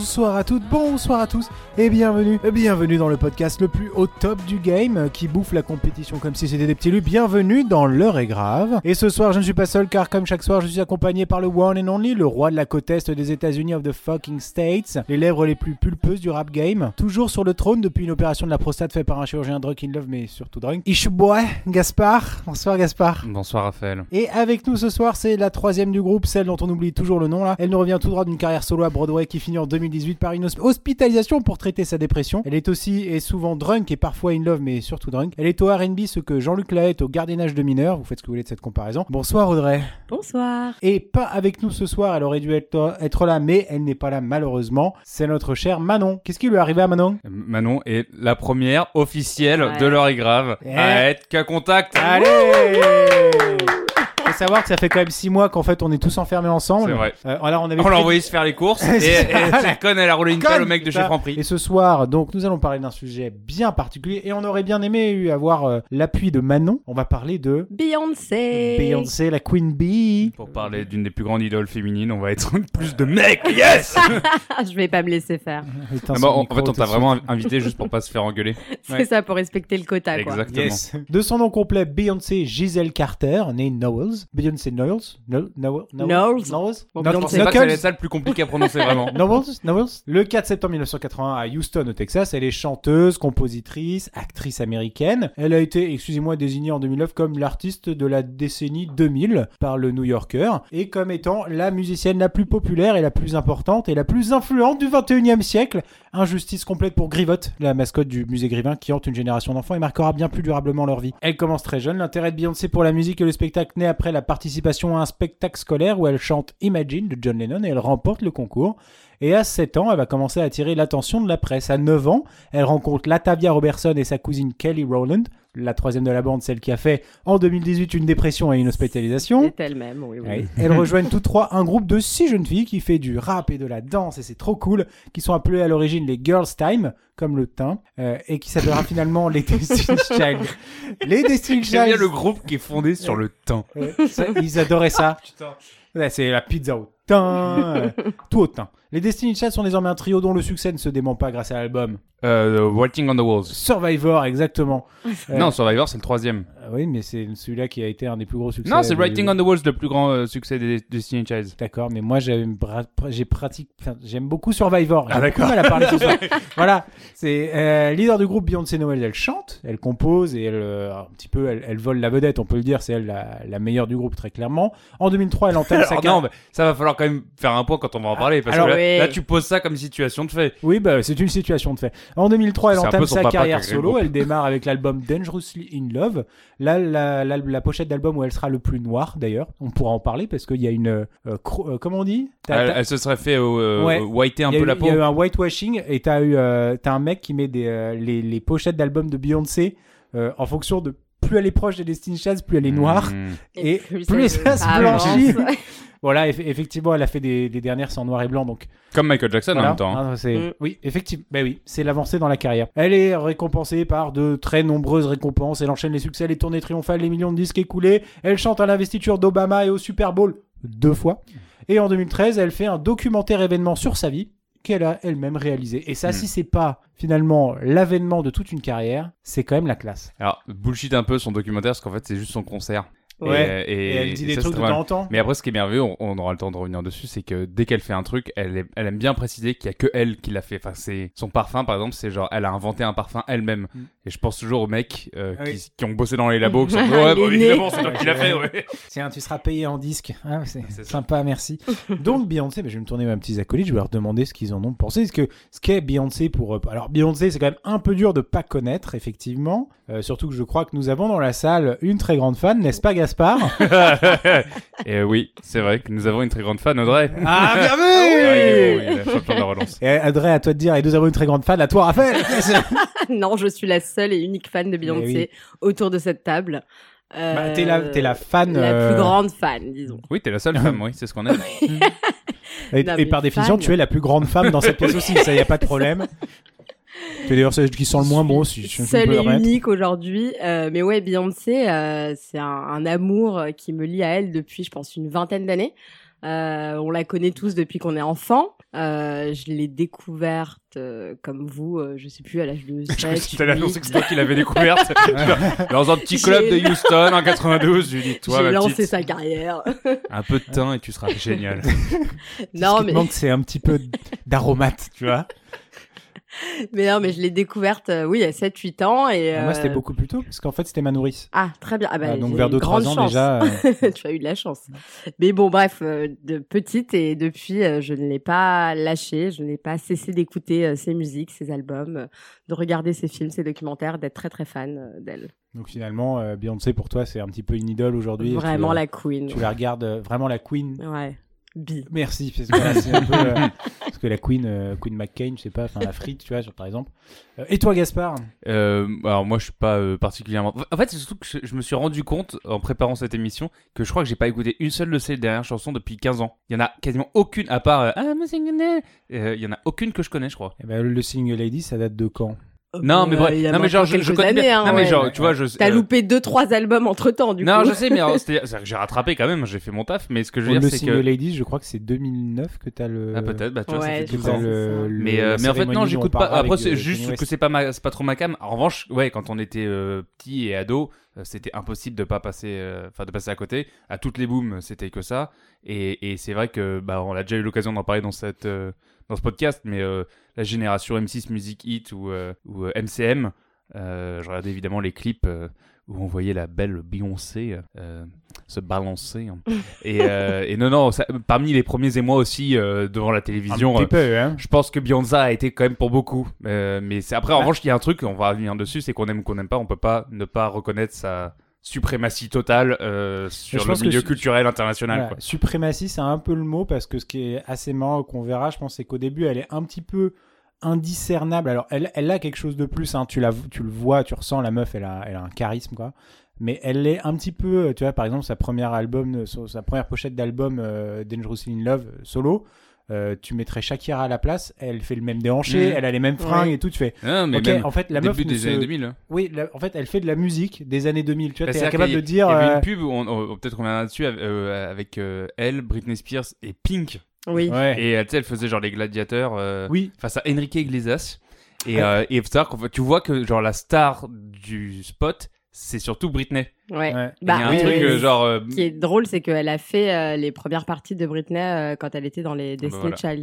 Bonsoir à toutes, bonsoir à tous et bienvenue dans le podcast le plus au top du game qui bouffe la compétition comme si c'était des petits loups. Bienvenue dans l'heure est grave. Et ce soir je ne suis pas seul car comme chaque soir je suis accompagné par le one and only, le roi de la côte est des États-Unis of the fucking States, les lèvres les plus pulpeuses du rap game, toujours sur le trône depuis une opération de la prostate faite par un chirurgien drunk in love mais surtout drunk. Ishboy, Gaspard. Bonsoir Gaspard. Bonsoir Raphaël. Et avec nous ce soir c'est la troisième du groupe, celle dont on oublie toujours le nom là. Elle nous revient tout droit d'une carrière solo à Broadway qui finit en 2018 par une hospitalisation pour traiter sa dépression. Elle est aussi et souvent drunk et parfois in love mais surtout drunk. Elle est au R&B ce que Jean-Luc Lahaye est au gardiennage de mineurs. Vous faites ce que vous voulez de cette comparaison. Bonsoir Audrey. Bonsoir. Et pas avec nous ce soir, elle aurait dû être là mais elle n'est pas là malheureusement. C'est notre chère Manon. Qu'est-ce qui lui est arrivé à Manon ? Manon est la première officielle de l'heure est grave à être qu'à contact. Allez. Faut savoir que ça fait quand même 6 mois qu'en fait on est tous enfermés ensemble. C'est vrai. Alors on l'a envoyé se faire les courses et la conne elle a roulé une pelle au mec de chez Franprix. Et ce soir donc nous allons parler d'un sujet bien particulier et on aurait bien aimé avoir l'appui de Manon. On va parler de Beyoncé, la Queen Bee. Pour parler d'une des plus grandes idoles féminines, on va être plus de mecs. Yes. Je vais pas me laisser faire. En fait on t'a vraiment invité juste pour pas se faire engueuler. C'est ça, pour respecter le quota quoi. Exactement. Yes. De son nom complet, Beyoncé Giselle Carter, née Knowles. Beyoncé Knowles. Knowles. Bon, Je pensais pas que c'était ça le plus compliqué à prononcer vraiment. Knowles. Le 4 septembre 1981 à Houston au Texas, elle est chanteuse, compositrice, actrice américaine. Elle a été, excusez-moi, désignée en 2009 comme l'artiste de la décennie 2000 par le New Yorker et comme étant la musicienne la plus populaire et la plus importante et la plus influente du 21e siècle. Injustice complète pour Grivotte, la mascotte du musée Grivin qui hante une génération d'enfants et marquera bien plus durablement leur vie. Elle commence très jeune. L'intérêt de Beyoncé pour la musique et le spectacle naît après la participation à un spectacle scolaire où elle chante Imagine de John Lennon et elle remporte le concours. Et à 7 ans, elle va commencer à attirer l'attention de la presse. À 9 ans, elle rencontre Latavia Robertson et sa cousine Kelly Rowland, la troisième de la bande, celle qui a fait en 2018 une dépression et une hospitalisation. C'est elle-même, oui. Elles rejoignent toutes trois un groupe de 6 jeunes filles qui fait du rap et de la danse, et c'est trop cool, qui sont appelées à l'origine les Girls Time, comme le teint, et qui s'appellera finalement les Destiny Child. Les Destiny Child. J'aime bien le groupe qui est fondé sur le teint. Ils adoraient ça. Putain. Ouais, c'est la pizza au thym, tout au thym. Les Destiny Child sont désormais un trio dont le succès ne se dément pas grâce à l'album Writing on the Walls. Survivor, exactement. Non, Survivor, c'est le 3e. Oui, mais c'est celui-là qui a été un des plus gros succès. Non, c'est Writing on the Walls, le plus grand succès des Destiny Child. D'accord, mais moi j'aime beaucoup Survivor. Ah, d'accord. J'ai beaucoup mal à parler ce soir. Voilà, c'est leader du groupe Beyoncé Noël, elle chante, elle compose et elle vole la vedette, on peut le dire, c'est elle la meilleure du groupe très clairement. En 2003, elle entame sa carrière. Non, mais ça va falloir quand même faire un point quand on va en parler parce que là tu poses ça comme situation de fait. Oui, bah c'est une situation de fait. En 2003, elle entame sa carrière solo. Le elle démarre avec l'album Dangerously in Love. Là, la pochette d'album où elle sera le plus noire d'ailleurs. On pourra en parler parce qu'il y a une comment on dit elle se serait fait whiter un peu la peau. Il y a eu un whitewashing et t'as un mec qui met les pochettes d'albums de Beyoncé en fonction de plus elle est proche des Destiny Child, plus elle est noire et plus ça se blanchit. Voilà, effectivement, elle a fait des dernières en noir et blanc, donc. Comme Michael Jackson voilà. en même temps. Hein. Oui, effectivement. Ben oui, c'est l'avancée dans la carrière. Elle est récompensée par de très nombreuses récompenses. Elle enchaîne les succès, les tournées triomphales, les millions de disques écoulés. Elle chante à l'investiture d'Obama et au Super Bowl 2 fois. Et en 2013, elle fait un documentaire événement sur sa vie qu'elle a elle-même réalisé. Et ça, si c'est pas finalement l'avènement de toute une carrière, c'est quand même la classe. Alors, bullshit un peu son documentaire, parce qu'en fait, c'est juste son concert. Ouais, et elle dit des trucs de temps en temps. Mais après, ce qui est merveilleux, on aura le temps de revenir dessus, c'est que dès qu'elle fait un truc, elle aime bien préciser qu'il y a que elle qui l'a fait. Enfin, c'est son parfum, par exemple, c'est genre, elle a inventé un parfum elle-même. Et je pense toujours aux mecs qui ont bossé dans les labos, qui sont évidemment, c'est toi qui l'a fait, ouais. Tiens, tu seras payé en disque. Ah, c'est sympa, merci. Donc, Beyoncé, je vais me tourner vers mes petits acolytes, je vais leur demander ce qu'ils en ont pensé. Ce qu'est Beyoncé pour eux. Alors, Beyoncé, c'est quand même un peu dur de pas connaître, effectivement. Surtout que je crois que nous avons dans la salle une très grande fan, n'est-ce pas, Gaspard? Et oui, c'est vrai que nous avons une très grande fan, Audrey. Ah, bien vu! Oui, la champion de la relance. Et Audrey, à toi de dire, et nous avons une très grande fan, à toi, Raphaël. Non, je suis la seule et unique fan de Beyoncé autour de cette table. T'es la fan... La plus grande fan, disons. Oui, t'es la seule femme, oui, c'est ce qu'on aime. Et par définition, tu es la plus grande femme dans cette pièce aussi, ça, y a pas de problème. C'est d'ailleurs celle qui sent le moins bon, si je seule peux le et permettre. unique aujourd'hui. Mais ouais, Beyoncé, c'est un amour qui me lie à elle depuis, je pense, une vingtaine d'années. On la connaît tous depuis qu'on est enfant. Je l'ai découverte comme vous, je sais plus, à l'âge de 7, T'as annoncé que c'est toi qui l'avais découverte dans un petit club de Houston en 92. Je lui dis, toi, j'ai ma lancé petite, sa carrière. un peu de teint et tu seras génial. Non, Ce qui te manque, c'est un petit peu d'aromate, tu vois. Mais non, mais je l'ai découverte, oui, à 7-8 ans. Et, Moi, c'était beaucoup plus tôt, parce qu'en fait, c'était ma nourrice. Ah, très bien. Ah, bah, donc j'ai vers une 2-3 grande ans chance. déjà. Tu as eu de la chance. Mais bon, bref, de petite et depuis, je ne l'ai pas lâché. Je n'ai pas cessé d'écouter ses musiques, ses albums, de regarder ses films, ses documentaires, d'être très très fan d'elle. Donc finalement, Beyoncé, pour toi, c'est un petit peu une idole aujourd'hui. Vraiment la queen. Tu la regardes vraiment la queen. Ouais. Bi. Merci, parce que voilà, c'est un peu parce que la Queen McCain, je sais pas, enfin la frite, tu vois, par exemple. Et toi, Gaspard? Alors moi, je suis pas particulièrement. En fait, c'est surtout que je me suis rendu compte en préparant cette émission que je crois que j'ai pas écouté une seule de ces dernières chansons depuis 15 ans. Il y en a quasiment aucune, à part I'm a single. Il y en a aucune que je connais, je crois. Eh ben, le Single Lady, ça date de quand? Non, mais bref, non mais genre je connais années, bien. hein, Non mais ouais. genre tu vois, T'as loupé 2-3 albums entre temps, du coup. Non, je sais, mais c'est-à-dire que j'ai rattrapé quand même, j'ai fait mon taf, mais ce que je veux Le dire c'est Single que Lady, je crois que c'est 2009 que t'as le. ah peut-être, bah tu vois, Ouais, ça fait je tout pense. le temps. Mais Mais en fait non, j'écoute pas. Après c'est juste que c'est pas trop ma cam. En revanche, ouais, quand on était petit et ado, c'était impossible de pas passer de passer à côté. À toutes les booms, c'était que ça. Et c'est vrai que bah on a déjà eu l'occasion d'en parler dans ce podcast, mais la génération M6 Music Hit ou MCM, je regardais évidemment les clips où on voyait la belle Beyoncé se balancer. Et non, parmi les premiers émois aussi devant la télévision, un petit peu, hein. je pense que Beyoncé a été quand même pour beaucoup. Mais c'est après, en revanche, il y a un truc, on va revenir dessus, c'est qu'on aime ou qu'on n'aime pas, on peut pas ne pas reconnaître sa suprématie totale sur le milieu culturel international. Voilà, quoi. suprématie, c'est un peu le mot, parce que ce qui est assez marrant qu'on verra, je pense, c'est qu'au début, elle est un petit peu indiscernable. Alors, elle a quelque chose de plus, hein. Tu le vois, tu ressens, la meuf, elle a un charisme, quoi. Mais elle est un petit peu, tu vois, par exemple, sa première pochette d'album Dangerously in Love solo, tu mettrais Shakira à la place, elle fait le même déhanché, elle a les mêmes fringues et tout, tu fais. Non, mais ok, en fait, la meuf début des années 2000. Oui, en fait, elle fait de la musique des années 2000. Tu vois, Bah, t'es capable de dire. Il y avait une pub, peut-être qu'on reviendra dessus, avec elle, Britney Spears et Pink. Oui. Ouais. Et tu sais, elle faisait genre les gladiateurs Oui. face à Enrique Iglesias. Et faut savoir qu'en fait, tu vois que genre la star du spot, c'est surtout Britney. Ouais. Ouais. Il y a un truc genre. Ce qui est drôle, c'est qu'elle a fait les premières parties de Britney quand elle était dans les Destiny voilà. Child.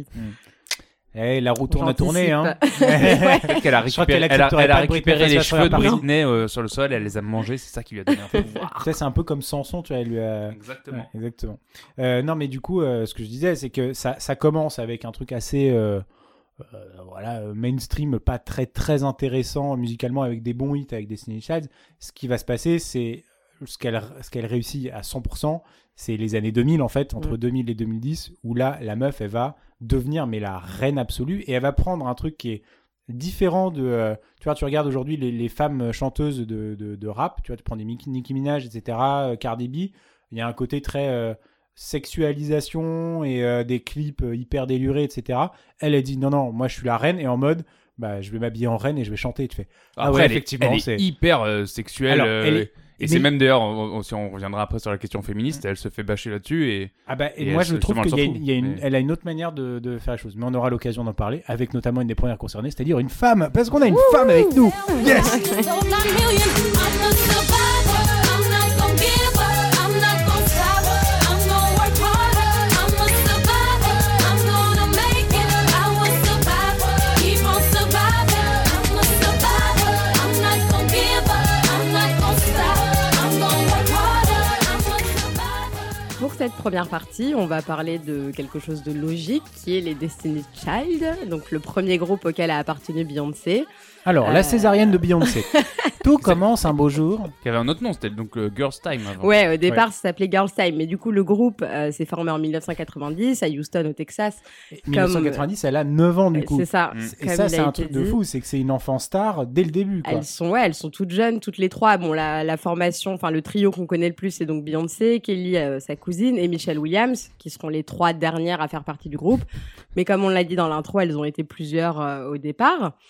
Eh, la roue tourne à tourner, hein. Peut-être qu'elle a Je crois récupéré, qu'elle accepterait elle a pas que Britney récupéré fasse les la cheveux de première partie. Britney sur le sol, elle les a mangés, c'est ça qui lui a donné un pouvoir. Ça, c'est un peu comme Samson, tu vois, elle lui a. Exactement. Ouais, exactement. Non, mais du coup, ce que je disais, c'est que ça commence avec un truc assez. Mainstream, pas très très intéressant musicalement, avec des bons hits, avec Destiny Child. Ce qui va se passer, c'est ce qu'elle réussit à 100%, c'est les années 2000 en fait, entre 2000 et 2010, où là, la meuf, elle va devenir mais la reine absolue, et elle va prendre un truc qui est différent de... tu vois, tu regardes aujourd'hui les femmes chanteuses de rap, tu vois, tu prends des Nicki Minaj, etc., Cardi B, il y a un côté très... sexualisation et des clips hyper délurés, etc. Elle dit non, moi je suis la reine, et en mode bah je vais m'habiller en reine et je vais chanter, et tu fais Après, ouais, elle effectivement est hyper sexuelle. Alors, et c'est même d'ailleurs, si on reviendra après sur la question féministe, elle se fait bâcher là-dessus. Et moi je trouve justement, qu'elle a une autre manière de faire les choses, mais on aura l'occasion d'en parler avec notamment une des premières concernées, c'est-à-dire une femme, parce qu'on a une femme avec nous. Yes. Pour cette première partie, on va parler de quelque chose de logique, qui est les Destiny Child, donc le premier groupe auquel a appartenu Beyoncé. Alors, la césarienne de Beyoncé. Tout commence un beau jour. Qui avait un autre nom, c'était donc Girls Time avant. Ouais, au départ, ça s'appelait Girls Time. Mais du coup, le groupe s'est formé en 1990 à Houston, au Texas. 1990, elle a 9 ans du coup. C'est ça. Et ça, c'est un truc de fou, c'est que c'est une enfant star dès le début, quoi. Elles sont toutes jeunes, toutes les trois. Bon, la formation, enfin, le trio qu'on connaît le plus, c'est donc Beyoncé, Kelly, sa cousine, et Michelle Williams, qui seront les trois dernières à faire partie du groupe. Mais comme on l'a dit dans l'intro, elles ont été plusieurs au départ.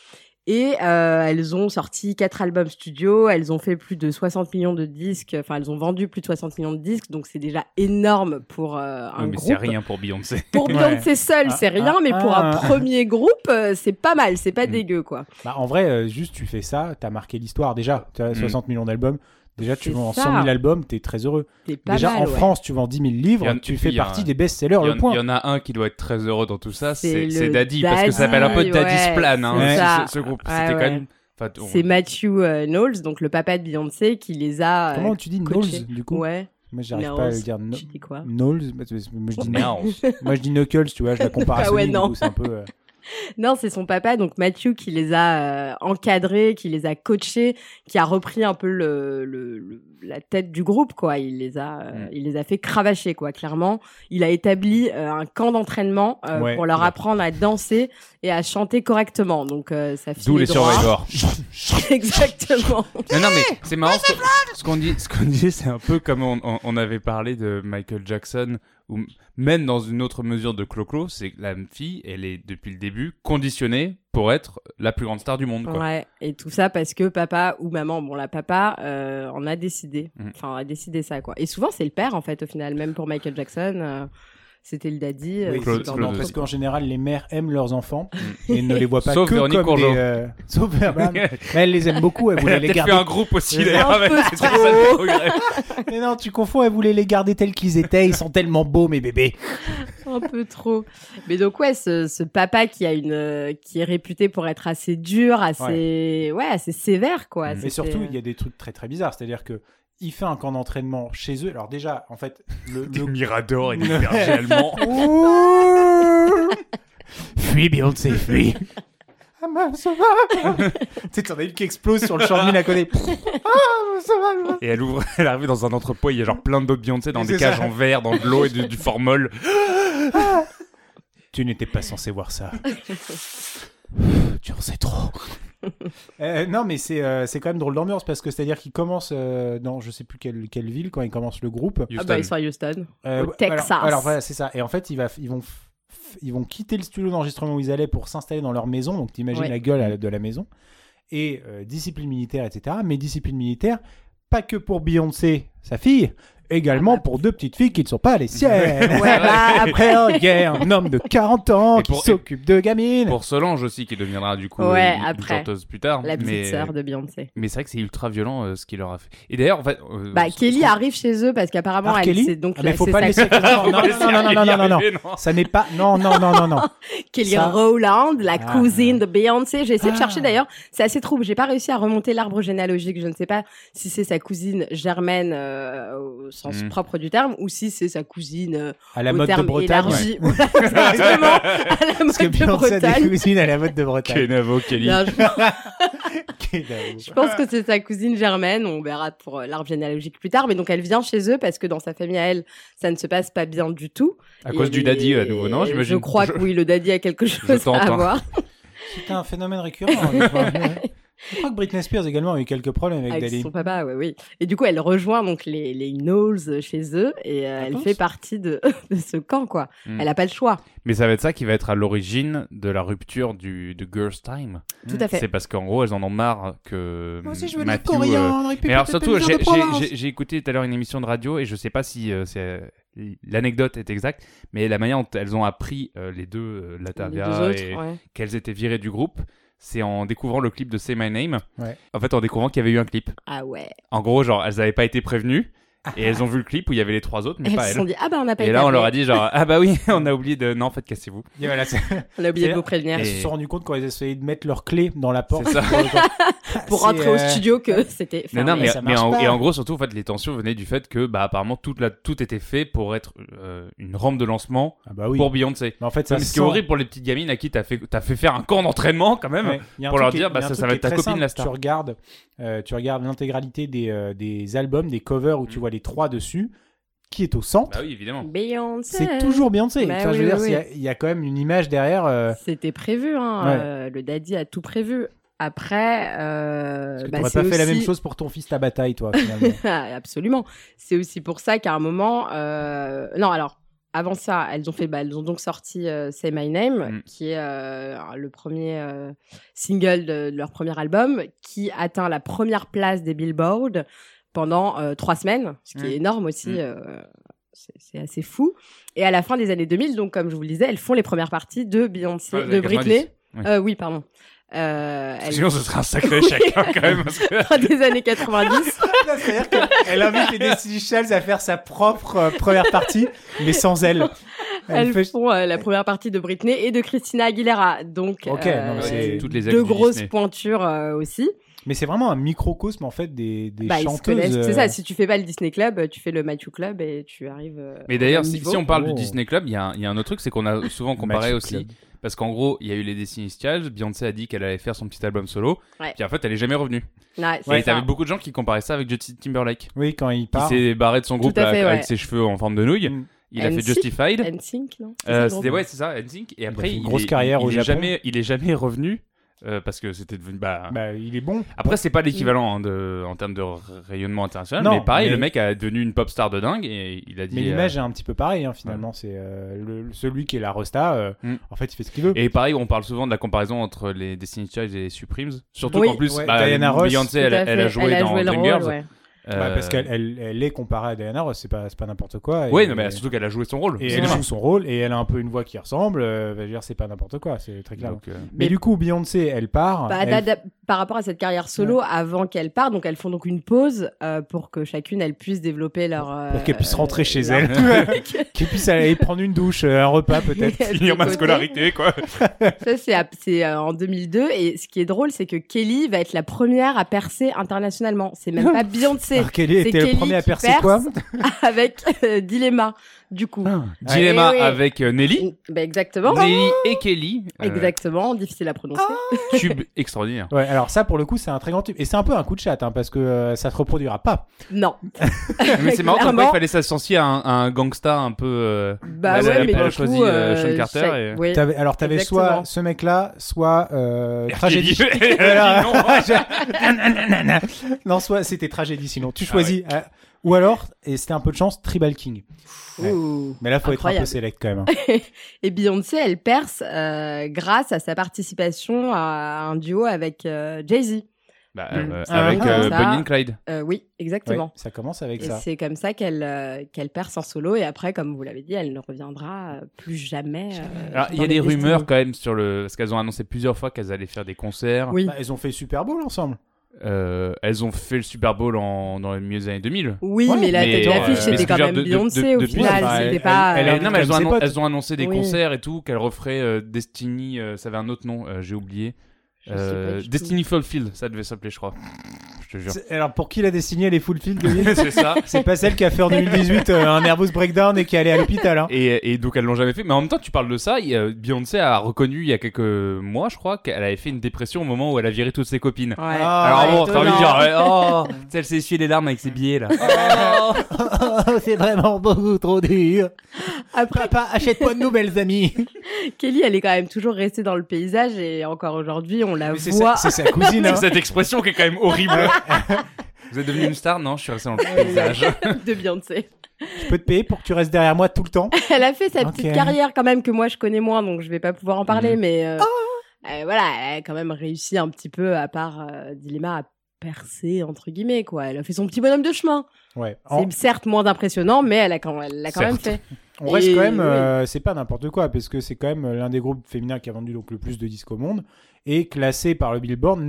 Et elles ont sorti 4 albums studio, elles ont fait plus de 60 millions de disques, enfin elles ont vendu plus de 60 millions de disques, donc c'est déjà énorme pour un mais groupe. c'est rien pour Beyoncé. Pour Beyoncé seule, c'est rien, mais pour un premier groupe, c'est pas mal, c'est pas dégueu quoi. Bah, en vrai, juste tu fais ça, t'as marqué l'histoire déjà. Tu as 60 millions d'albums. Déjà, tu C'est vends ça. 100 000 albums, t'es très heureux. C'est pas Déjà, mal, en ouais. France, tu vends 10 000 livres, tu fais partie des best-sellers, le point. Il y en a un qui doit être très heureux dans tout ça, C'est c'est le Daddy, parce que ça s'appelle un peu Daddy, Daddy's ouais, Plan, hein, c'est ça. ce groupe. Ouais, C'était ouais. quand même... Enfin, C'est Matthew Knowles, donc le papa de Beyoncé, qui les a Comment tu dis coachés. Knowles, du coup? Ouais. Moi, j'arrive Knowles. pas à le dire. Tu dis quoi? Knowles. Moi, je dis Knowles. Moi, je dis Knuckles, tu vois, je la compare à Ah Sonic, ouais, du non. coup, c'est un peu... Non, c'est son papa, donc Matthew, qui les a encadrés, qui les a coachés, qui a repris un peu la tête du groupe, quoi. Il les a fait cravacher, quoi, clairement. Il a établi un camp d'entraînement pour leur apprendre à danser et à chanter correctement. Donc, ça D'où les droit. Survivors. Exactement. Non, mais c'est marrant. Ce qu'on dit, c'est un peu comme on avait parlé de Michael Jackson, ou même dans une autre mesure de Clo-Clo, c'est que la fille, elle est depuis le début conditionnée pour être la plus grande star du monde, quoi. Ouais, et tout ça parce que papa ou maman, bon, la papa, en a décidé. Mhm. Enfin, a décidé ça, quoi. Et souvent, c'est le père, en fait, au final, même pour Michael Jackson. C'était le daddy. Oui, Claude- c'est Claude- parce qu'en général, les mères aiment leurs enfants et ne les voient pas Sauf que Véronique comme Courgeot. des... Sauf mais elle les aime beaucoup, elle Elle voulait a les peut-être garder... fait un groupe aussi, C'est d'ailleurs, un avec peu ses très trop. belles progrès. Mais non, tu confonds, elle voulait les garder tels qu'ils étaient, ils sont tellement beaux, mes bébés. Un peu trop. Mais donc, ouais, ce papa qui est réputé pour être assez dur, assez sévère, quoi. Mais surtout, il y a des trucs très très bizarres, c'est-à-dire que il fait un camp d'entraînement chez eux. Alors déjà, en fait, Des Miradors et des bergers allemands. Fuis Beyoncé, fuis. Ah, ça va. Tu sais, t'en as une qui explose sur le champ de mine à côté. Ah, ça va. Et elle arrive dans un entrepôt, il y a genre plein d'autres Beyoncé dans C'est des cages ça. en verre, dans de l'eau et du formol. Tu n'étais pas censé voir ça. Tu en sais trop. Non, mais c'est quand même drôle d'ambiance parce que c'est-à-dire qu'ils commencent dans je sais plus quelle ville quand ils commencent le groupe. Ah bah, ils sont à Houston. Au Alors Texas. voilà, c'est ça. Et en fait, ils vont quitter le studio d'enregistrement où ils allaient pour s'installer dans leur maison. Donc, t'imagines Ouais. la gueule de la maison. Et discipline militaire, etc. Mais discipline militaire, pas que pour Beyoncé, sa fille, également pour deux petites filles qui ne sont pas les siennes. Ouais, bah, Après, il y a un homme de 40 ans Et qui pour- s'occupe de gamines. Pour Solange aussi, qui deviendra du coup Ouais, une après. chanteuse plus tard. La petite mais... sœur de Beyoncé. Mais c'est vrai que c'est ultra violent ce qu'il leur a fait. Et d'ailleurs, en fait. Bah, Kelly arrive chez eux parce qu'apparemment, Alors, elle, Kelly c'est donc Ah, mais faut c'est pas sa- laisser comme ça. Non. Ça n'est pas. Non. Kelly Ça- Rowland, la Ah. cousine de Beyoncé. J'ai essayé de Ah. chercher d'ailleurs. C'est assez trouble. J'ai pas réussi à remonter l'arbre généalogique. Je ne sais pas si c'est sa cousine germaine au sens propre du terme ou si c'est sa cousine À la au mode de terme Bretagne. élargi. Voilà, exactement. À la Parce que mode de Beyoncé a des Bretagne. cousines à la mode de Bretagne. Kenavo, Kelly. Non, Kenavo. je pense que c'est sa cousine germaine. On verra pour l'arbre généalogique plus tard. Mais donc, elle vient chez eux parce que dans sa famille à elle, ça ne se passe pas bien du tout. À cause du daddy à nouveau, non? Je J'imagine. crois que oui, le daddy a quelque chose tente, à hein. voir. C'est un phénomène récurrent. Je crois que Britney Spears également a eu quelques problèmes avec Avec Daddy. son papa, oui. Et du coup, elle rejoint donc les Knowles chez eux et elle Attends, fait partie de ce camp, quoi. Mm. Elle a pas le choix. Mais ça va être ça qui va être à l'origine de la rupture de Girls' Time. Tout à fait. C'est parce qu'en gros, elles en ont marre que. Moi aussi, je veux Matthew, de coriandre. Mais alors surtout, j'ai écouté tout à l'heure une émission de radio et je sais pas si l'anecdote est exacte, mais la manière dont elles ont appris les deux, Latavia Les deux autres, et ouais. qu'elles étaient virées du groupe, c'est en découvrant le clip de Say My Name. Ouais. En fait, en découvrant qu'il y avait eu un clip. Ah ouais. En gros, genre, elles avaient pas été prévenues et elles ont vu le clip où il y avait les trois autres, mais Elles pas se elles. sont dit, ah bah on n'a pas Et été là, on leur a appelés. dit genre, ah bah oui, on a oublié de... Non, en fait, cassez-vous. Et voilà, On a oublié de c'est- vous prévenir. elles se sont rendues compte quand elles essayaient de mettre leurs clés dans la porte. C'est ça. Pour rentrer au studio que c'était Non, fermé. mais, ça marche pas. et en gros, surtout, en fait, les tensions venaient du fait que, bah, apparemment, tout était fait pour être une rampe de lancement Ah bah oui. pour Beyoncé. Mais en fait, ça Mais ce qui sent- est horrible pour les petites gamines à qui t'as fait faire un camp d'entraînement, quand même. Ouais, il y a un pour truc leur qui est- dire, bah, il y a un ça truc va qui être ta est très copine, simple. la star. Tu regardes l'intégralité des albums, des covers où tu vois les trois dessus. Qui est au centre? Bah oui, évidemment. Beyoncé. C'est toujours Beyoncé. Bah Enfin, je oui, veux dire, oui, il y a quand même une image derrière. C'était prévu, hein. Ouais. Le daddy a tout prévu. Après, Parce que bah, t'aurais c'est pas fait la aussi- même chose pour ton fils ta bataille, toi, finalement. Absolument. C'est aussi pour ça qu'à un moment, non, alors avant ça, elles ont donc sorti Say My Name, qui est le premier single de leur premier album, qui atteint la première place des Billboard pendant 3 semaines, ce qui est énorme aussi. C'est assez fou. Et à la fin des années 2000, donc comme je vous le disais, elles font les premiires parties de Beyoncé, de Britney. Oui, pardon. Sinon, ce serait un sacré échec quand même. Des années 90. C'est-à-dire qu'elle invite les Destiny Child à faire sa propre première partie, mais sans elle. Elles font la première partie de Britney et de Christina Aguilera. Donc, c'est toutes les deux grosses pointures aussi. Mais c'est vraiment un microcosme en fait des chanteuses. C'est ça, si tu fais pas le Disney Club, tu fais le Matthew Club et tu arrives. Mais d'ailleurs, si on parle du Disney Club, il y a un autre truc, c'est qu'on a souvent comparé aussi. Club. Parce qu'en gros, il y a eu les Destiny's Child, Beyoncé a dit qu'elle allait faire son petit album solo, puis en fait, elle est jamais revenue. Et t'avais beaucoup de gens qui comparaient ça avec Justin Timberlake. Oui, quand il part. Qui s'est barré de son groupe avec ses cheveux en forme de nouille. Il a fait Justified. NSYNC, non c'est ça, NSYNC. Et après, il a fait une grosse carrière au Japon. Il est jamais revenu. Parce que c'était devenu il est bon. Après c'est pas l'équivalent en termes de rayonnement international, non, mais pareil, le mec a devenu une pop star de dingue et il a dit. Mais l'image est un petit peu pareille finalement. C'est celui qui est la resta. En fait, il fait ce qu'il veut. Et pareil, on parle souvent de la comparaison entre les Destiny's Child et les Supremes. Surtout qu'en plus, Diana Ross, Beyoncé, elle a joué dans Dreamgirls. Parce qu'elle est comparée à Diana Ross, c'est pas n'importe quoi. Oui, mais surtout qu'elle a joué son rôle. Et elle joue son rôle et elle a un peu une voix qui ressemble. C'est pas n'importe quoi, c'est très clair. Mais du coup, Beyoncé, elle part. Par rapport à cette carrière solo, avant qu'elle parte, donc elles font donc une pause pour que chacune elle puisse développer leur. Pour qu'elle puisse rentrer chez elle, qu'elle puisse aller prendre une douche, un repas peut-être, finir ma scolarité, quoi. Ça c'est en 2002 et ce qui est drôle, c'est que Kelly va être la première à percer internationalement. C'est même pas Beyoncé. Kelly était le premier à percer quoi avec Dilemma. Du coup, Dilemma avec Nelly. Exactement. Nelly et Kelly. Exactement, difficile à prononcer. Tube extraordinaire. Ouais, alors ça pour le coup c'est un très grand tube et c'est un peu un coup de chat parce que ça se reproduira pas. Non. Mais c'est marrant, il fallait s'associer à un gangsta un peu. Mais elle a choisi Sean Carter. T'avais soit ce mec-là, soit tragédie. Non, soit c'était tragédie. Sinon, tu choisis. Ou alors, et c'était un peu de chance, Tribal King. Mais là, faut être un peu select quand même. Et Beyoncé, elle perce grâce à sa participation à un duo avec Jay-Z. Avec Bonnie and Clyde. Oui, exactement. Ouais, ça commence avec ça. Et c'est comme ça qu'elle perce en solo. Et après, comme vous l'avez dit, elle ne reviendra plus jamais. Alors, il y a des rumeurs quand même parce qu'elles ont annoncé plusieurs fois qu'elles allaient faire des concerts. Oui. Elles ont fait Super Bowl ensemble. Elles ont fait le Super Bowl dans les milieux des années 2000. Oui, mais la tête d'affiche c'était quand même Beyoncé au final. C'était pas. Elles ont annoncé des concerts et tout, qu'elles referaient Destiny. Ça avait un autre nom, j'ai oublié. Destiny Fulfilled, ça devait s'appeler, je crois. Je te jure. Alors pour qui la Destiny elle est Fulfilled C'est ça. C'est pas celle qui a fait en 2018 un nervous breakdown et qui est allée à l'hôpital. Et donc elles l'ont jamais fait. Mais en même temps, tu parles de ça. Beyoncé a reconnu il y a quelques mois, je crois, qu'elle avait fait une dépression au moment où elle a viré toutes ses copines. Ouais. Alors bon, t'as envie de dire, elle s'est essuyé les larmes avec ses billets là. C'est vraiment beaucoup trop dur. Après, papa, achète-moi de nouvelles amies. Kelly, elle est quand même toujours restée dans le paysage et encore aujourd'hui, on la voit. C'est sa cousine. C'est cette expression qui est quand même horrible. Vous êtes devenue une star? Non, je suis resté dans le paysage. De Beyoncé. Je peux te payer pour que tu restes derrière moi tout le temps. Elle a fait sa petite carrière quand même que moi je connais moins, donc je vais pas pouvoir en parler, mais voilà, elle a quand même réussi un petit peu, à part Dilemma, à percer entre guillemets quoi. Elle a fait son petit bonhomme de chemin. Ouais. C'est certes moins impressionnant, mais elle l'a quand même fait. On reste quand même, c'est pas n'importe quoi, parce que c'est quand même l'un des groupes féminins qui a vendu donc le plus de disques au monde, et classé par le Billboard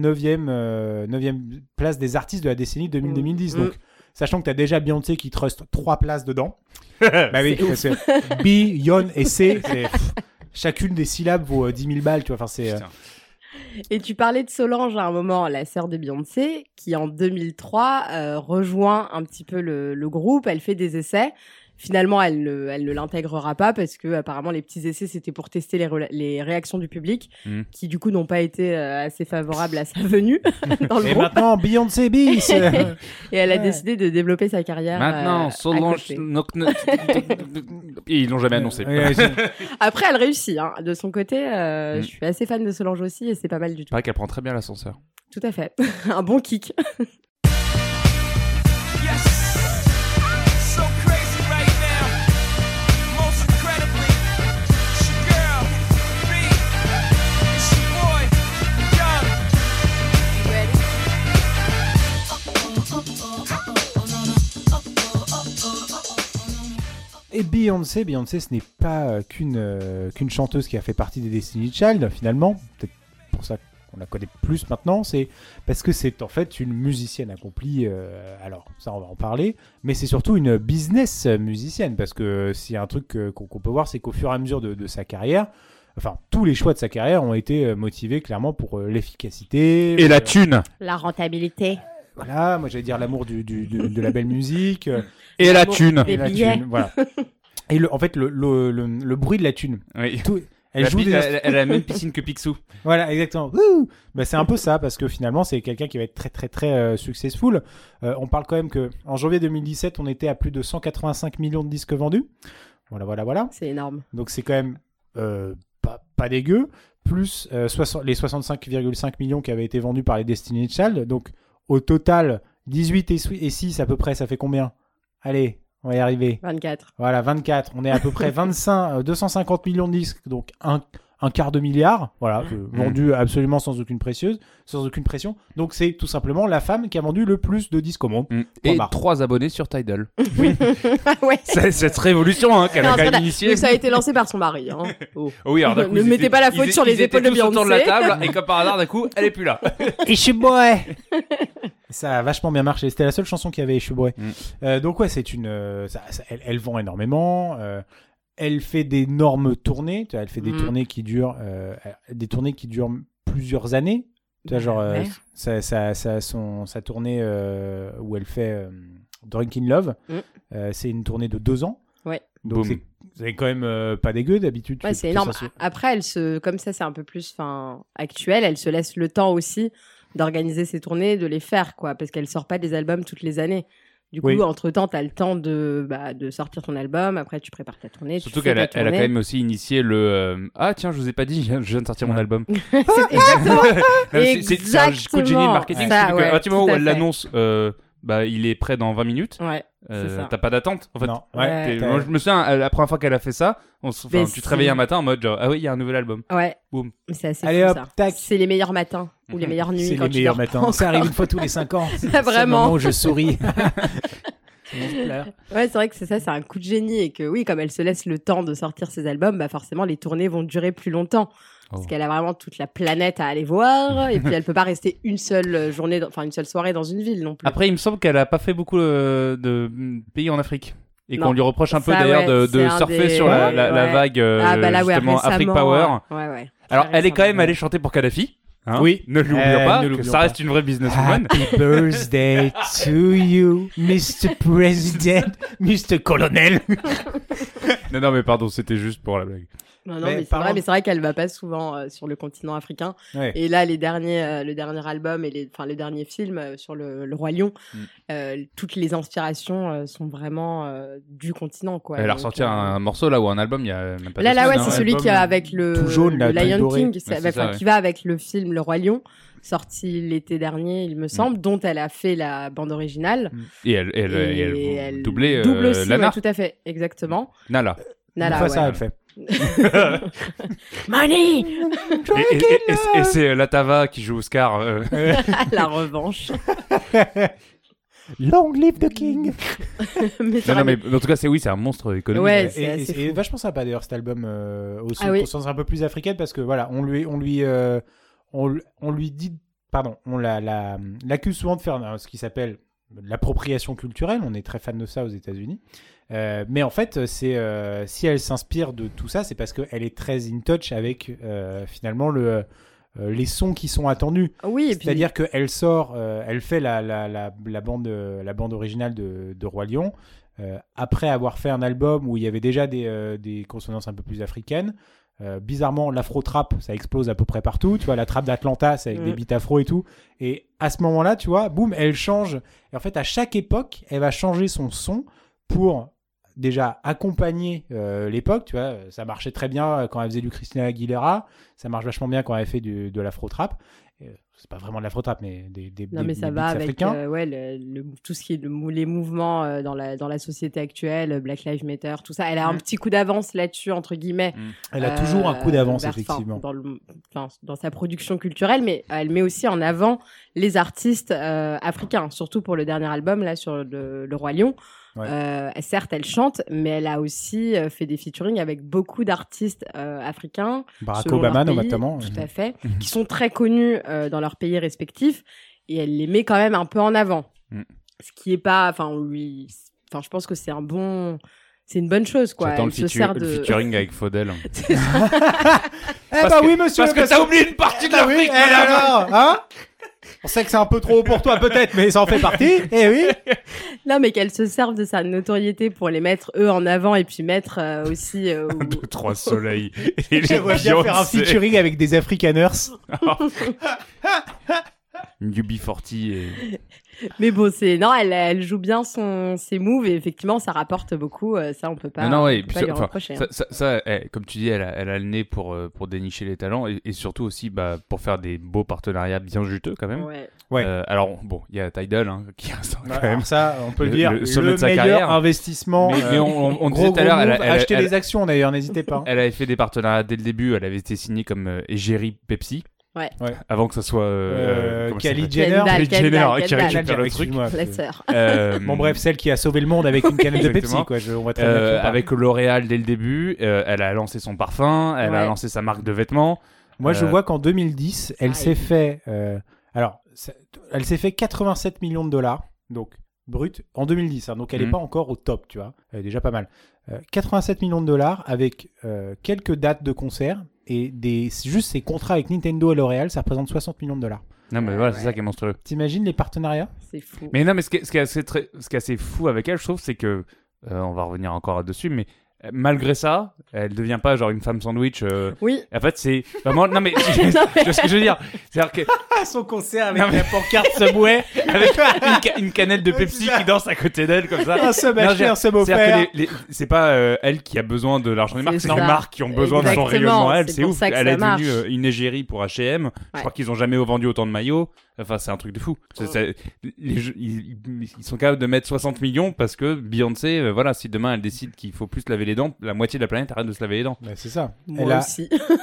9e place des artistes de la décennie 2000-2010. Donc, sachant que t'as déjà Beyoncé qui truste 3 places dedans. Bah oui, c'est B, Yon et C. Chacune des syllabes vaut 10 000 balles, tu vois. Enfin, c'est. Et tu parlais de Solange à un moment, la sœur de Beyoncé, qui en 2003 rejoint un petit peu le groupe. Elle fait des essais. Finalement, elle ne l'intégrera pas parce que apparemment les petits essais c'était pour tester les réactions du public, qui du coup n'ont pas été assez favorables à sa venue dans le groupe. Et maintenant Beyoncé bis. Et elle a décidé de développer sa carrière. Maintenant Solange, ils l'ont jamais annoncé. Après, elle réussit. Hein. De son côté, je suis assez fan de Solange aussi et c'est pas mal du tout. C'est vrai qu'elle prend très bien l'ascenseur. Tout à fait, un bon kick. Et Beyoncé, ce n'est pas qu'une chanteuse qui a fait partie des Destiny's Child, finalement. Peut-être pour ça qu'on la connaît plus maintenant. C'est parce que c'est en fait une musicienne accomplie. Alors, ça, on va en parler. Mais c'est surtout une business musicienne. Parce que s'il y a un truc qu'on peut voir, c'est qu'au fur et à mesure de sa carrière, enfin, tous les choix de sa carrière ont été motivés clairement pour l'efficacité. Et la thune. La rentabilité. Voilà, moi j'allais dire l'amour de la belle musique. Et la thune. Des billets. Voilà. Et en fait, le bruit de la thune. Oui. Elle joue elle a la même piscine que Picsou. Voilà, exactement. Wouh, bah, c'est un peu ça, parce que finalement, c'est quelqu'un qui va être très, très, très successful. On parle quand même qu'en janvier 2017, on était à plus de 185 millions de disques vendus. Voilà. C'est énorme. Donc c'est quand même pas dégueu. Plus les 65,5 millions qui avaient été vendus par les Destiny's Child. Donc au total, 18 et 6 à peu près, ça fait combien ? Allez, on va y arriver. 24. Voilà, 24. On est à peu près 250 millions de disques, donc un quart de milliard. Voilà, vendu absolument sans aucune pression. Donc c'est tout simplement la femme qui a vendu le plus de disques au monde. Et 3 abonnés sur Tidal. Oui. Ouais. C'est cette révolution qu'elle a quand même initiée. Mais ça a été lancé par son mari. Hein. Oh. Oui, alors d'un coup, ne mettez pas la faute sur les épaules de Beyoncé. Ils étaient tous autour de la table et comme par hasard, d'un coup, elle est plus là. Issue Boy. Ça a vachement bien marché. C'était la seule chanson qui avait Issue Boy. Donc ouais, c'est elle vend énormément. Elle fait d'énormes tournées. Tu vois, elle fait des tournées qui durent plusieurs années. Tu vois, genre sa tournée où elle fait Drunk in Love, c'est une tournée de 2 ans. Ouais. Donc c'est quand même pas dégueu d'habitude. Ouais, c'est énorme. Après, comme ça, c'est un peu plus actuel. Elle se laisse le temps aussi d'organiser ses tournées, de les faire, quoi, parce qu'elle sort pas des albums toutes les années. Du coup, entre-temps, tu as le temps de sortir ton album, après tu prépares ta tournée. Surtout qu'elle a quand même aussi initié le ah tiens, je vous ai pas dit, je viens de sortir mon album. Exactement. C'est un coup de génie de marketing. Ça, à partir du moment où elle fait. l'annonce, il est prêt dans 20 minutes. Ouais, c'est ça. T'as pas d'attente en fait. Non. Moi, je me souviens, la première fois qu'elle a fait ça, tu te réveillais un matin en mode genre, ah oui, il y a un nouvel album. Ouais. Boum. C'est assez Allez, fou, hop, ça. tac. C'est les meilleurs matins ou les meilleures nuits. C'est quand les tu meilleurs dors matins. pas Ça arrive encore. une fois tous les 5 ans. C'est Vraiment. le moment où je souris. Sinon, je pleure. Ouais, c'est vrai que c'est un coup de génie et que oui, comme elle se laisse le temps de sortir ses albums, forcément les tournées vont durer plus longtemps. Parce qu'elle a vraiment toute la planète à aller voir et puis elle peut pas rester une seule soirée dans une ville non plus. Après, il me semble qu'elle a pas fait beaucoup de pays en Afrique. Et Non. qu'on lui reproche un peu Ça, d'ailleurs ouais, de surfer sur la vague justement Afrique Power. Ouais. Alors, elle est quand même allée chanter pour Kadhafi. Hein, oui, ne l'oublions pas, que ça reste une vraie businesswoman. Happy birthday to you, Mr. President, Mr. Colonel. Non, mais pardon, c'était juste pour la blague. Non, mais c'est vrai qu'elle va pas souvent sur le continent africain. Ouais. Et là, le dernier album et les derniers films sur le Roi Lion, toutes les inspirations sont vraiment du continent, quoi. Elle a ressorti un morceau là ou un album, il y a même pas. C'est celui qui a avec le Lion King, qui va avec le film Le Roi Lion, sorti l'été dernier, il me semble, dont elle a fait la bande originale. Et elle doublait aussi, Lana. tout à fait, exactement. Nala. Ça, elle fait. Money. Et c'est Latava qui joue Oscar. La revanche. Long live the king. mais en tout cas, c'est un monstre économique. Ouais, et vachement sympa d'ailleurs cet album aussi oui. au sens un peu plus africaine parce que voilà, on lui dit, pardon, on l'accuse souvent de faire ce qui s'appelle l'appropriation culturelle. On est très fan de ça aux États-Unis. Mais en fait, si elle s'inspire de tout ça, c'est parce qu'elle est très in touch avec finalement les sons qui sont attendus. Oui, c'est-à-dire qu'elle sort, elle fait la bande originale de Roi Lion après avoir fait un album où il y avait déjà des consonances un peu plus africaines. Bizarrement, l'afro-trap, ça explose à peu près partout. Tu vois, la trappe d'Atlanta, c'est avec des beats afro et tout. Et à ce moment-là, tu vois, boum, elle change. Et en fait, à chaque époque, elle va changer son son pour déjà accompagner l'époque. Tu vois, ça marchait très bien quand elle faisait du Christina Aguilera. Ça marche vachement bien quand elle fait de l'afro-trap. C'est pas vraiment de l'afro-trap, mais des ça beats va avec africains. tout ce qui est les mouvements dans la société actuelle, Black Lives Matter, tout ça. Elle a un petit coup d'avance là-dessus, entre guillemets. Elle a toujours un coup d'avance, effectivement. Dans sa production culturelle, mais elle met aussi en avant les artistes africains, surtout pour le dernier album, là, sur le Roi Lion. Certes, elle chante, mais elle a aussi fait des featuring avec beaucoup d'artistes africains. Barack Obama, notamment. Tout à fait. Qui sont très connus dans leurs pays respectifs. Et elle les met quand même un peu en avant. Ce qui est pas... Enfin, je pense que c'est un bon... C'est une bonne chose, quoi. J'attends le featuring avec Faudel. Oui, monsieur. Parce que t'as oublié une partie de l'Afrique. Alors, hein? On sait que c'est un peu trop haut pour toi, peut-être, mais ça en fait partie. Eh oui. Non, mais qu'elle se serve de sa notoriété pour les mettre, eux, en avant et puis mettre aussi... 1, 2, 3 soleils. J'aimerais bien faire un featuring avec des Afrikaners. Une UB40 et... Mais bon, elle joue bien ses moves et effectivement, ça rapporte beaucoup. Ça, on peut pas. Non, on peut pas lui reprocher. Ça, comme tu dis, elle a le nez pour dénicher les talents et surtout aussi pour faire des beaux partenariats bien juteux quand même. Ouais. Alors bon, il y a Tidal qui reste quand même. Ça, on peut le dire. Le sommet le de sa meilleur carrière. Investissement. Mais on disait tout à l'heure, acheter les actions d'ailleurs, n'hésitez pas. Elle avait fait des partenariats dès le début. Elle avait été signée comme égérie Pepsi. Ouais. Avant que ça soit Kylie Jenner qui récupère le truc. La sœur. Bon bref, celle qui a sauvé le monde avec une canette de Pepsi, quoi. On voit très bien avec L'Oréal dès le début, elle a lancé son parfum, elle a lancé sa marque de vêtements. Moi, je vois qu'en 2010, elle s'est fait. Elle s'est fait 87 millions de dollars, donc brut en 2010. Donc elle n'est pas encore au top, tu vois. Elle est déjà pas mal. 87 millions de dollars avec quelques dates de concert. Et juste ces contrats avec Nintendo et L'Oréal, ça représente 60 millions de dollars. Non, mais voilà, c'est ça qui est monstrueux. T'imagines les partenariats ? C'est fou. Mais non, mais ce qui est assez fou avec elle, je trouve, c'est que, on va revenir encore dessus, mais malgré ça, elle devient pas genre une femme sandwich. Oui. En fait, c'est vraiment. Non, mais tu vois ce que je veux dire. C'est-à-dire que. Son concert avec la pancarte Subway, avec une canette de Pepsi qui danse à côté d'elle, comme ça. Un sub acheté, un sub offert. C'est-à-dire que c'est pas elle qui a besoin de l'argent des marques, c'est les marques qui ont besoin de son rayonnement. C'est ouf. Elle est devenue une égérie pour H&M. Je crois qu'ils ont jamais vendu autant de maillots. Enfin, c'est un truc de fou. Ils sont capables de mettre 60 millions parce que Beyoncé, voilà, si demain elle décide qu'il faut plus se laver les dents, la moitié de la planète arrête de se laver les dents. Bah, c'est ça. Moi aussi.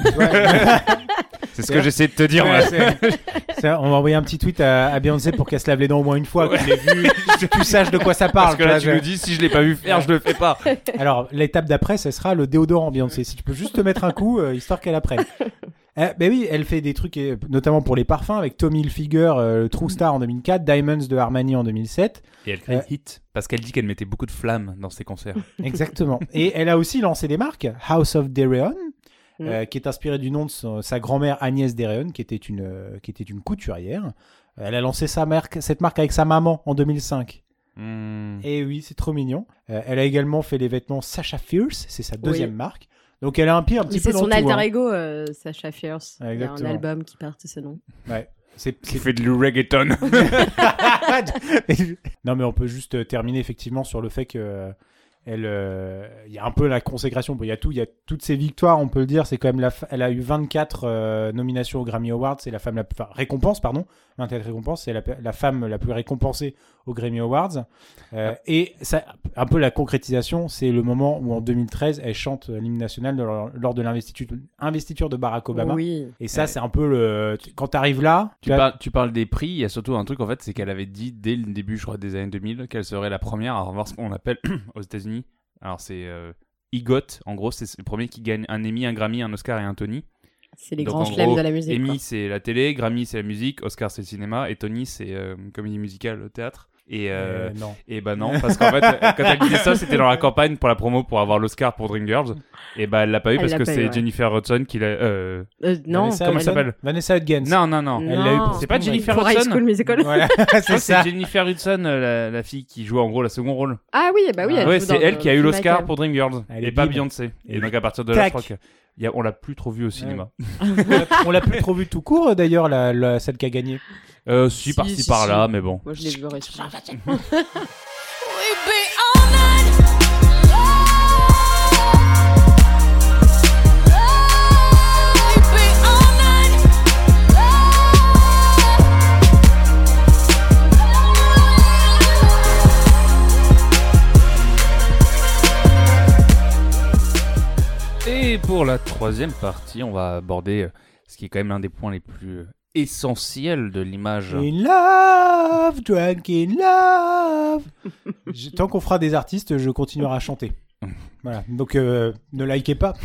C'est ce que j'essaie de te dire. On va envoyer un petit tweet à Beyoncé pour qu'elle se lave les dents au moins une fois, que je l'ai vu, que tu saches de quoi ça parle. Parce que là, tu me dis, si je l'ai pas vu faire, je le fais pas. Alors, l'étape d'après, ce sera le déodorant Beyoncé. Si tu peux juste te mettre un coup, histoire qu'elle apprenne. Ben oui, elle fait des trucs, notamment pour les parfums, avec Tommy Hilfiger, True Star en 2004, Diamonds de Armani en 2007. Et elle crée Hit, parce qu'elle dit qu'elle mettait beaucoup de flammes dans ses concerts. Exactement. Et elle a aussi lancé des marques, House of Dereon, qui est inspirée du nom de sa grand-mère Agnès Dereon, qui était une couturière. Elle a lancé cette marque avec sa maman en 2005. Et oui, c'est trop mignon. Elle a également fait les vêtements Sasha Fierce, c'est sa deuxième marque. Donc elle a un pied un petit peu dans tout. C'est son alter ego, Sasha Fierce. Il y a un album qui porte ce nom. Ouais. Qui fait du reggaeton. Non, mais on peut juste terminer effectivement sur le fait que il y a un peu la consécration. Il y a toutes ces victoires, on peut le dire. C'est quand même elle a eu 24 nominations aux Grammy Awards. C'est la femme récompense, pardon. 24 récompenses. C'est la femme la plus récompensée aux Grammy Awards. Et ça, un peu la concrétisation, c'est le moment où en 2013, elle chante l'hymne national lors de l'investiture de Barack Obama. Oui. Et ça, c'est un peu quand t'arrives là. Tu parles des prix. Il y a surtout un truc en fait, c'est qu'elle avait dit dès le début, je crois, des années 2000, qu'elle serait la première à avoir ce qu'on appelle aux États-Unis. Alors c'est EGOT, en gros, c'est le premier qui gagne un Emmy, un Grammy, un Oscar et un Tony. C'est les grands chelems de la musique. Emmy, c'est la télé, Grammy, c'est la musique, Oscar, c'est le cinéma, et Tony, c'est comédie musicale, le théâtre. Non. Et bah non, parce qu'en fait, quand elle disait ça, c'était dans la campagne pour la promo pour avoir l'Oscar pour Dreamgirls. Et bah elle l'a pas eu parce que c'est Jennifer Hudson qui l'a. Non, comment elle s'appelle ? Vanessa Hudgens. Non. Elle l'a eu c'est pas Jennifer pour Hudson. High School Musical. Voilà, c'est ça. C'est Jennifer Hudson, la fille qui joue en gros le second rôle. Ah oui, bah oui. Ouais, c'est elle qui a eu l'Oscar pour Dreamgirls Elle et est pas libre. Beyoncé. Et donc à partir de là, je crois que on l'a plus trop vu au cinéma. On l'a plus trop vu tout court d'ailleurs, celle qui a gagné. Si par-ci par-là, mais bon. Moi je l'ai vu récemment. Et pour la troisième partie, on va aborder ce qui est quand même l'un des points les plus essentiel de l'image. In love, drunk in love. Tant qu'on fera des artistes, je continuerai à chanter. Voilà, donc ne likez pas.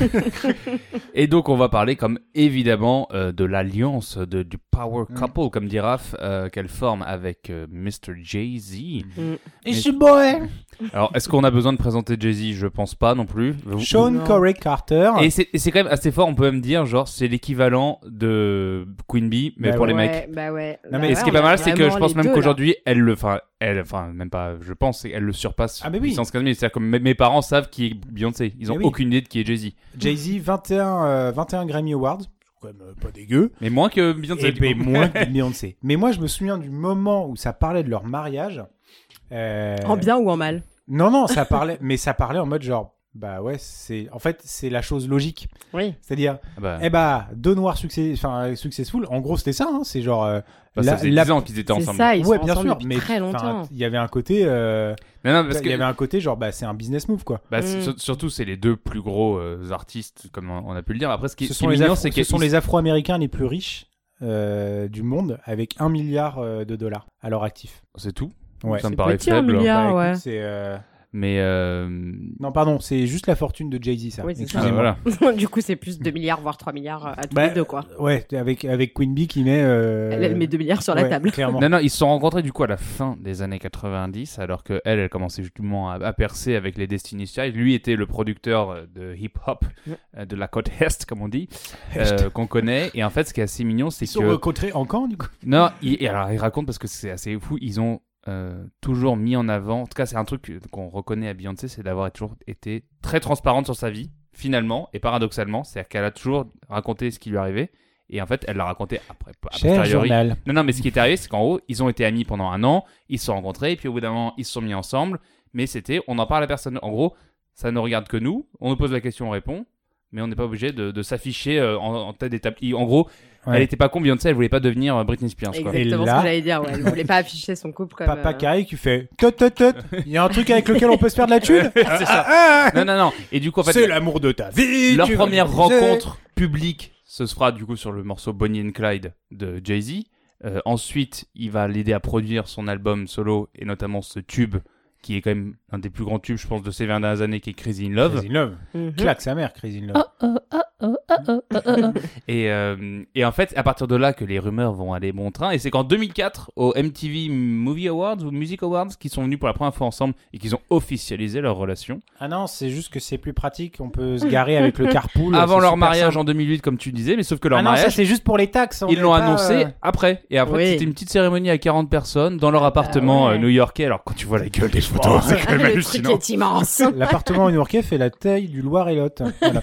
Et donc on va parler comme évidemment de l'alliance du power couple, comme dit Raph, qu'elle forme avec Mr. Jay-Z. It's your boy. Alors est-ce qu'on a besoin de présenter Jay-Z? Je pense pas non plus. Sean Corey Carter. Et c'est quand même assez fort, on peut même dire, genre c'est l'équivalent de Queen Bee, mais pour les mecs. Bah ouais. Non, mais Et ce qui est pas mal, c'est que je pense même deux, qu'aujourd'hui, même pas, je pense, elle le surpasse. Ah, mais oui. Puissance 15 000. C'est-à-dire que mes parents savent qui est Beyoncé. Ils ont aucune idée de qui est Jay-Z. Jay-Z, 21 Grammy Awards. C'est quand même pas dégueu. Mais moins que Beyoncé. Et moins que Beyoncé. Mais moi, je me souviens du moment où ça parlait de leur mariage. En bien ou en mal? Non, ça parlait en mode genre, bah ouais, c'est la chose logique. Oui. C'est-à-dire, deux noirs successful. En gros, c'était ça, hein, c'est genre. Ça faisait 10 ans qu'ils étaient ensemble. C'est ça, ils sont bien ensemble sûr, depuis mais très longtemps. il y avait un côté. Parce il y avait un côté genre, bah c'est un business move quoi. Surtout, c'est les deux plus gros artistes, comme on a pu le dire. Après, ce qui est mignon, c'est que ce sont les Afro-Américains les plus riches du monde, avec $1 milliard à leur actif. C'est tout. Ouais. Ça me paraît petit, faible. $1 milliard, Bah, ouais. écoute, c'est. Mais Non, pardon, c'est juste la fortune de Jay-Z, ça. Oui, c'est ça. voilà. Du coup, c'est plus 2 milliards, voire 3 milliards à tous les deux, quoi. Ouais, avec Queen Bee qui met. Elle met 2 milliards sur la table. Clairement. Non, ils se sont rencontrés du coup à la fin des années 90, alors que elle commençait justement à percer avec les Destiny's Child. Lui était le producteur de hip-hop de la côte Est, comme on dit, qu'on connaît. Et en fait, ce qui est assez mignon, c'est Ils sont que rencontrés en camp, du coup. non, alors il raconte parce que c'est assez fou. Ils ont toujours mis en avant, en tout cas c'est un truc qu'on reconnaît à Beyoncé, c'est d'avoir toujours été très transparente sur sa vie, finalement, et paradoxalement, c'est-à-dire qu'elle a toujours raconté ce qui lui arrivait, et en fait elle l'a raconté après. Cher journal. Non, mais ce qui est arrivé, c'est qu'en gros, ils ont été amis pendant 1 an, ils se sont rencontrés, et puis au bout d'un moment, ils se sont mis ensemble, mais c'était, on en parle à personne. En gros, ça ne regarde que nous, on nous pose la question, on répond, mais on n'est pas obligé de s'afficher en tête d'étape. En gros, elle était pas con, Beyoncé, elle voulait pas devenir Britney Spears. Quoi. Exactement là, ce que j'allais dire, ouais. Elle voulait pas afficher son couple comme... Papa Carré qui fait il y a un truc avec lequel on peut se faire de la thune. C'est ça. Non. Et du coup, en fait, c'est l'amour de ta vie. Leur première rencontre publique se fera du coup sur le morceau Bonnie and Clyde de Jay-Z. Ensuite, il va l'aider à produire son album solo et notamment ce tube qui est quand même un des plus grands tubes, je pense, de ces 20 dernières années, qui est Crazy in Love. Crazy in Love. Claque sa mère, Crazy in Love. Et en fait, à partir de là que les rumeurs vont aller bon train, et c'est qu'en 2004, au MTV Movie Awards ou Music Awards, qu'ils sont venus pour la première fois ensemble et qu'ils ont officialisé leur relation. Ah non, c'est juste que c'est plus pratique, on peut se garer avec le carpool. Avant leur mariage en 2008, comme tu disais, mais sauf que leur mariage... ça c'est juste pour les taxes. Ils l'ont annoncé après. Et après, c'était une petite cérémonie à 40 personnes dans leur appartement new-yorkais. Alors, quand tu vois la gueule des photos, c'est quand même le truc est immense. L'appartement new-yorkais fait la taille du Loir-et-Lot. Voilà.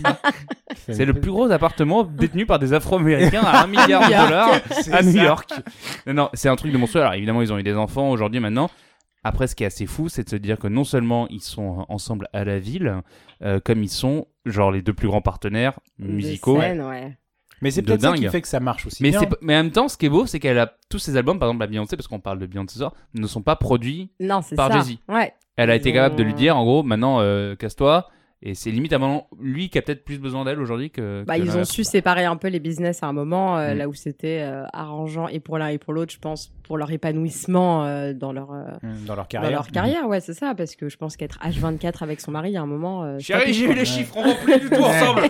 C'est le plus gros appartement détenu par des Afro-Américains à $1 milliard à New York. Non, c'est un truc de monstrueux. Alors évidemment, ils ont eu des enfants aujourd'hui, maintenant. Après, ce qui est assez fou, c'est de se dire que non seulement ils sont ensemble à la ville, comme ils sont genre les deux plus grands partenaires musicaux. Mais c'est peut-être ça qui fait que ça marche aussi bien. Mais en même temps, ce qui est beau, c'est qu'elle a tous ses albums, par exemple la Beyoncé, parce qu'on parle de Beyoncé, ne sont pas produits par Jay-Z. Ouais. Elle a été capable de lui dire, en gros, maintenant, casse-toi. Et c'est limite à un moment, lui qui a peut-être plus besoin d'elle aujourd'hui que... ils ont su séparer un peu les business à un moment, là où c'était arrangeant et pour l'un et pour l'autre, je pense, pour leur épanouissement dans leur carrière. Dans leur carrière, ouais, c'est ça, parce que je pense qu'être H24 avec son mari, à un moment... Chérie, j'ai vu les chiffres, on va plus du tout ensemble.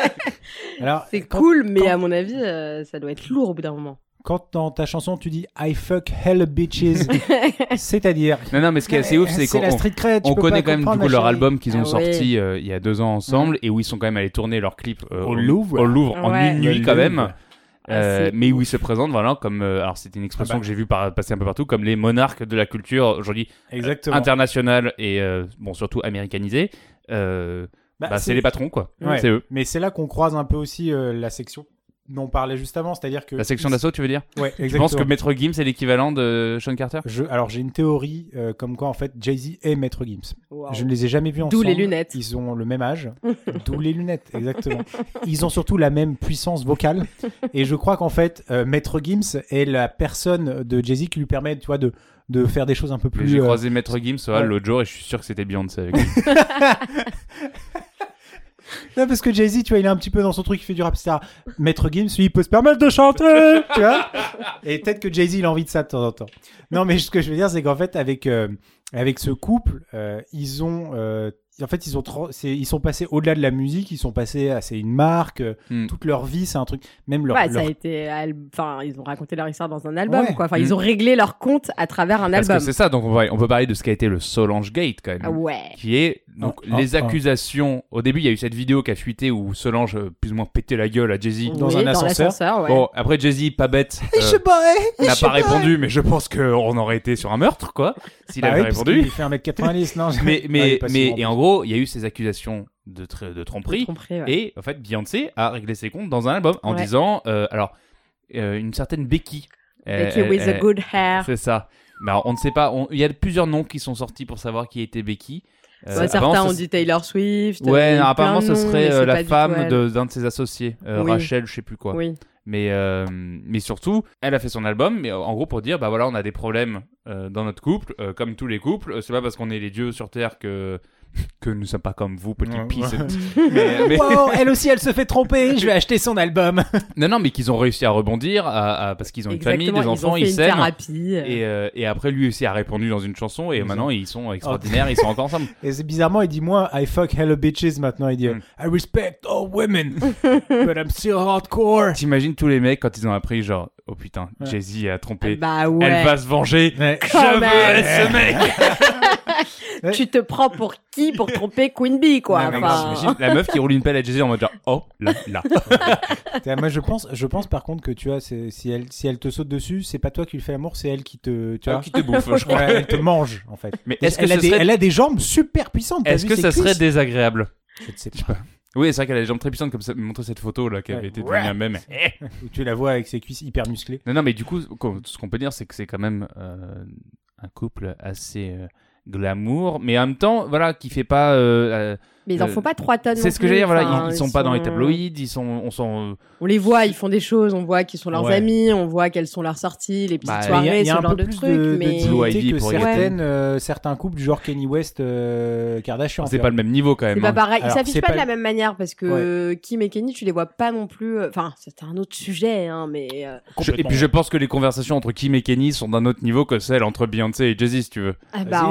Alors, c'est cool, mais à mon avis, ça doit être lourd au bout d'un moment. Quand dans ta chanson tu dis I fuck hell bitches, c'est-à-dire. Non, mais ce qui est assez ouf, c'est qu'on la street cred, on connaît quand même du coup leur album qu'ils ont sorti il y a 2 ans ensemble et où ils sont quand même allés tourner leur clip au Louvre en une nuit quand même. Mais où ils se présentent voilà comme alors c'était une expression que j'ai vu passer un peu partout comme les monarques de la culture aujourd'hui internationale et surtout américanisée. C'est les patrons quoi. C'est eux. Mais c'est là qu'on croise un peu aussi la section dont on parlait juste avant, c'est-à-dire que... La section d'assaut, tu veux dire ? Ouais, exactement. Tu penses que Maître Gims est l'équivalent de Sean Carter ? Alors, j'ai une théorie comme quoi, en fait, Jay-Z et Maître Gims. Wow. Je ne les ai jamais vus ensemble. D'où les lunettes. Ils ont le même âge. D'où les lunettes, exactement. Ils ont surtout la même puissance vocale. Et je crois qu'en fait, Maître Gims est la personne de Jay-Z qui lui permet, tu vois, de faire des choses un peu plus... J'ai croisé Maître Gims l'autre jour et je suis sûr que c'était Beyoncé avec lui. Non, parce que Jay-Z, tu vois, il est un petit peu dans son truc, il fait du rap, etc. Maître Gims, lui, il peut se permettre de chanter, tu vois. Et peut-être que Jay-Z, il a envie de ça de temps en temps. Non, mais ce que je veux dire, c'est qu'en fait, avec ce couple, ils ont... en fait, ils sont passés au-delà de la musique, ils sont passés à c'est une marque, toute leur vie, c'est un truc, même leur... Ouais, leur... ça a été, enfin, ils ont raconté leur histoire dans un album, Ouais. quoi. Enfin, ils ont réglé leur compte à travers un Parce album. que c'est ça, donc on peut parler de ce qu'a été le Solange Gate quand même. Ah ouais. Qui est donc les accusations. Au début, il y a eu cette vidéo qui a fuité où Solange plus ou moins pétait la gueule à Jay-Z Dans un ascenseur. Ouais. Bon, après Jay-Z, pas bête, n'a pas répondu, mais je pense qu'on aurait été sur un meurtre, quoi, s'il avait répondu. Il fait 1m90, non Mais en gros, il y a eu ces accusations de tromperie, Ouais. et en fait, Beyoncé a réglé ses comptes dans un album en disant, une certaine Becky. Becky with the good hair. C'est ça. Mais alors, on ne sait pas. Il y a plusieurs noms qui sont sortis pour savoir qui était Becky. Certains ont dit Taylor Swift. Ouais, apparemment, ce noms, serait la femme tout d'un de ses associés, Oui. Rachel, je sais plus quoi. Oui. Mais surtout, elle a fait son album, mais en gros pour dire, bah voilà, on a des problèmes dans notre couple, comme tous les couples. C'est pas parce qu'on est les dieux sur terre que nous ne sommes pas comme vous, petits pisse. mais... Wow, elle aussi, elle se fait tromper. Je vais acheter son album. Non, mais qu'ils ont réussi à rebondir parce qu'ils ont une famille, des enfants, ils s'aiment. Et après, lui aussi a répondu dans une chanson, et maintenant ils sont extraordinaires, ils sont encore ensemble. Et c'est bizarrement, il dit moi, I fuck hella bitches. Maintenant, il dit I respect all women, but I'm still hardcore. T'imagines tous les mecs quand ils ont appris, genre, oh putain, Jay-Z a trompé. Bah ouais. Elle va se venger. Ouais. Je veux être ce mec. Tu te prends pour qui pour tromper Queen Bee, quoi. Ouais, enfin... t'imagines la meuf qui roule une pelle à Jay-Z en mode genre, oh là. Moi, je pense par contre que tu vois, si elle te saute dessus, c'est pas toi qui lui fais l'amour, c'est elle qui te, tu vois, qui te bouffe, je crois. Ouais, elle te mange en fait. Mais est-ce que elle a des jambes super puissantes. Est-ce que ça serait désagréable? Je ne sais pas. Oui, c'est vrai qu'elle a les jambes très puissantes, comme ça, montrer cette photo là qui avait été devenue un mème. Où tu la vois avec ses cuisses hyper musclées. Non, mais du coup, ce qu'on peut dire, c'est que c'est quand même un couple assez glamour, mais en même temps, voilà, qui fait pas. Mais ils en font pas 3 tonnes. C'est ce que j'allais dire, voilà, ils sont pas dans les tabloïds, on les voit, ils font des choses, on voit qu'ils sont leurs amis, on voit quelles sont leurs sorties, les petites soirées, ce genre de trucs. Mais certains couples du genre Kanye West, Kardashian. C'est pas le même niveau quand même. C'est pas pareil. Ils s'affichent pas de la même manière parce que Kim et Kanye, tu les vois pas non plus. Enfin, c'est un autre sujet, hein, mais. Et puis je pense que les conversations entre Kim et Kanye sont d'un autre niveau que celles entre Beyoncé et Jay-Z, si tu veux. Ah bah,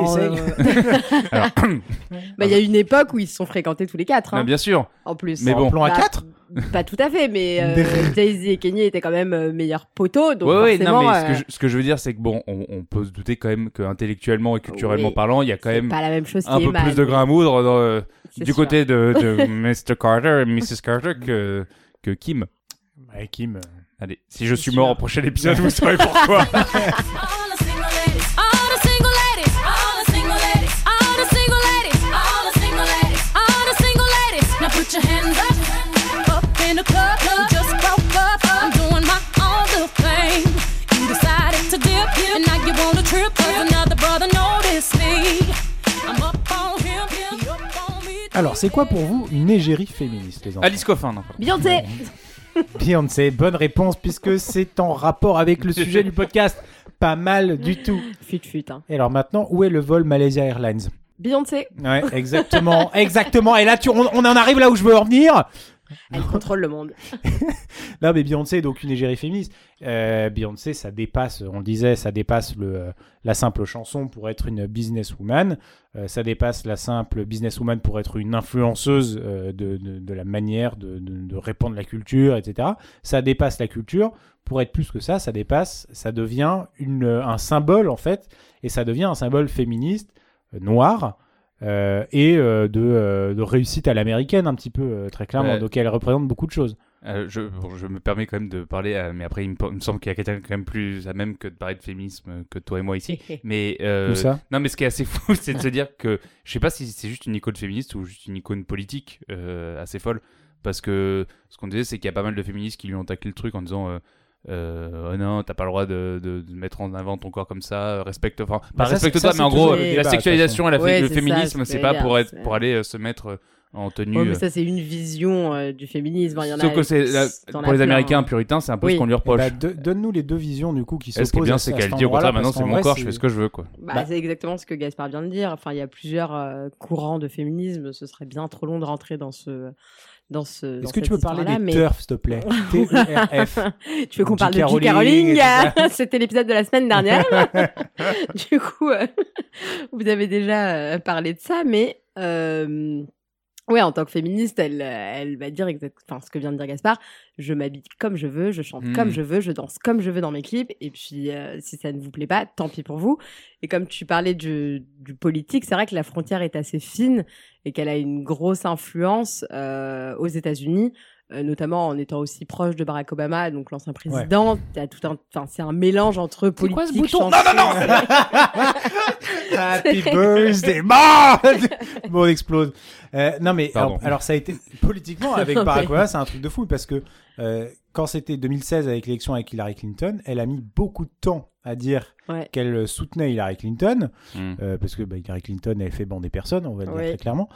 il y a une époque où ils se sont fréquentés tous les 4. Hein. Bien sûr. En plus. Mais bon. Plan à 4 Pas tout à fait, mais Jay-Z et Kanye étaient quand même meilleurs potos. Donc forcément, non, mais ce que je veux dire, c'est que bon, on peut se douter quand même qu'intellectuellement et culturellement parlant, il y a quand même pas la même chose un peu plus de grain à moudre du sûr. côté de Mr. Carter et Mrs. Carter que Kim. Ouais, Kim. Allez, si je suis mort au prochain épisode, vous saurez pourquoi. Alors, c'est quoi pour vous une égérie féministe, les enfants? Alice Coffin, non. Beyoncé. Beyoncé, bonne réponse, puisque c'est en rapport avec le sujet du podcast. Pas mal du tout. Fut, hein. Et alors maintenant, où est le vol Malaysia Airlines? Beyoncé. Ouais, exactement, exactement. Et là, on en arrive là où je veux en venir. Elle contrôle le monde. Là, mais Beyoncé, donc une égérie féministe. Beyoncé, ça dépasse, on le disait, ça dépasse la simple chanson pour être une businesswoman. Ça dépasse la simple businesswoman pour être une influenceuse de la manière de répandre la culture, etc. Ça dépasse la culture. Pour être plus que ça, ça devient un symbole, en fait. Et ça devient un symbole féministe, noir, et de réussite à l'américaine, un petit peu, très clairement. Donc elle représente beaucoup de choses. Je me permets quand même de parler, mais après il me semble qu'il y a quelqu'un quand même plus à même que de parler de féminisme que toi et moi ici. Mais Tout ça. non, mais ce qui est assez fou, c'est de se dire que je sais pas si c'est juste une icône féministe ou juste une icône politique assez folle, parce que ce qu'on disait, c'est qu'il y a pas mal de féministes qui lui ont taclé le truc en disant oh non, t'as pas le droit de mettre en avant ton corps comme ça, respecte-toi, ça, mais en gros, toujours la sexualisation, le c'est féminisme, ça, c'est pas c'est- pour aller se mettre en tenue. Ouais, mais ça, c'est une vision du féminisme. Il y en Sauf a, que pour les Américains puritains, c'est un peu ce qu'on lui reproche. Donne-nous les deux visions du coup qui Et ce qui est s'opposent. bien, c'est qu'elle dit au contraire, maintenant c'est mon corps, je fais ce que je veux, quoi. C'est exactement ce que Gaspard vient de dire. Enfin, il y a plusieurs courants de féminisme. Ce serait bien trop long de rentrer dans ce. Est-ce que tu peux parler des TERF, s'il te plaît? TERF. Tu veux qu'on parle de J.K. J.K. Rowling Rowling? C'était l'épisode de la semaine dernière. Du coup, vous avez déjà parlé de ça, mais ouais, en tant que féministe, elle va dire ce que vient de dire Gaspard. Je m'habille comme je veux, je chante comme je veux, je danse comme je veux dans mes clips. Et puis, si ça ne vous plaît pas, tant pis pour vous. Et comme tu parlais du politique, c'est vrai que la frontière est assez fine et qu'elle a une grosse influence aux États-Unis, notamment en étant aussi proche de Barack Obama, donc l'ancien président. Ouais. T'as c'est un mélange entre politique. C'est quoi ce bouton? Non. Happy birthday, bon, on explose. Non mais alors ça a été politiquement avec Barack Obama, c'est un truc de fou parce que quand c'était 2016 avec l'élection avec Hillary Clinton, elle a mis beaucoup de temps à dire qu'elle soutenait Hillary Clinton parce que Hillary Clinton elle fait bander personne, on va le dire très clairement.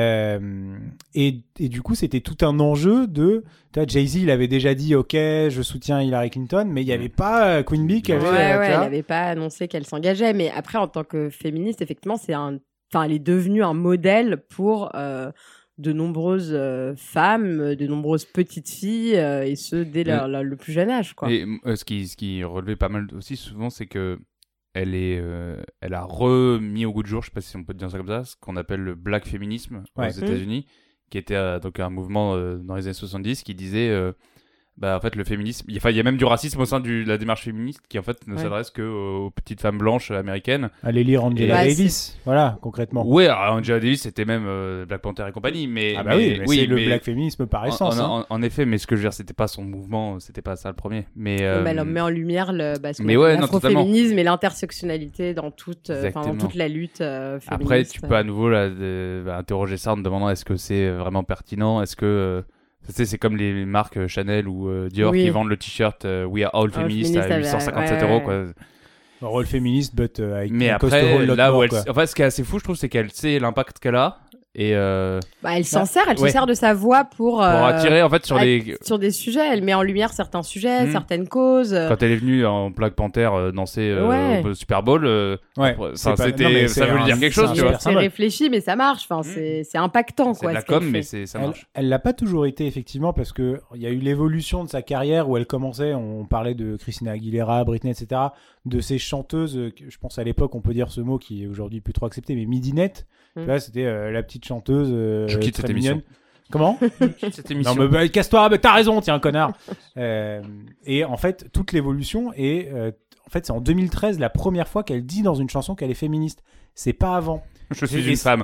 Et du coup c'était tout un enjeu de Jay-Z il avait déjà dit ok je soutiens Hillary Clinton, mais il n'y avait pas Queen Bee qui avait elle n'avait pas annoncé qu'elle s'engageait, mais après en tant que féministe effectivement elle est devenue un modèle pour de nombreuses femmes, de nombreuses petites filles, et ce dès le plus jeune âge, quoi. Et ce qui relevait pas mal aussi souvent, c'est que elle a remis au goût du jour, je sais pas si on peut dire ça comme ça, ce qu'on appelle le black féminisme aux États-Unis, qui était donc un mouvement dans les années 70 qui disait en fait le féminisme, il y a même du racisme au sein de la démarche féministe qui en fait ne s'adresse que aux petites femmes blanches américaines. Allez lire Angela Davis, voilà concrètement. Ouais, alors Angela Davis c'était même Black Panther et compagnie, mais c'est le black féminisme par essence. En effet, mais ce que je veux dire, c'était pas son mouvement, c'était pas ça le premier. Mais elle met en lumière l'afroféminisme et l'intersectionnalité dans toute la lutte féministe. Après, tu peux à nouveau interroger ça en te demandant est-ce que c'est vraiment pertinent, est-ce que c'est comme les marques Chanel ou Dior qui vendent le t-shirt We are all feminist à 857 €, quoi. Rôle féministe, avec mais après, là où ce qui est assez fou, je trouve, c'est qu'elle sait l'impact qu'elle a. Et elle s'en sert, elle se sert de sa voix pour attirer en fait sur des sujets. Elle met en lumière certains sujets, certaines causes. Quand elle est venue en Black Panther danser au Super Bowl, ça veut dire quelque chose, tu vois. C'est réfléchi, mais ça marche. Enfin, c'est impactant, c'est de la com, mais ça marche. Elle l'a pas toujours été effectivement parce que il y a eu l'évolution de sa carrière où elle commençait. On parlait de Christina Aguilera, Britney, etc. De ces chanteuses. Je pense à l'époque, on peut dire ce mot qui est aujourd'hui plus trop accepté, mais midinette. Tu vois, c'était la petite chanteuse je quitte cette émission. Comment? Cette émission. Non mais casse-toi, t'as raison, tiens connard. Et en fait toute l'évolution est en fait c'est en 2013 la première fois qu'elle dit dans une chanson qu'elle est féministe. C'est pas avant. Je suis une femme.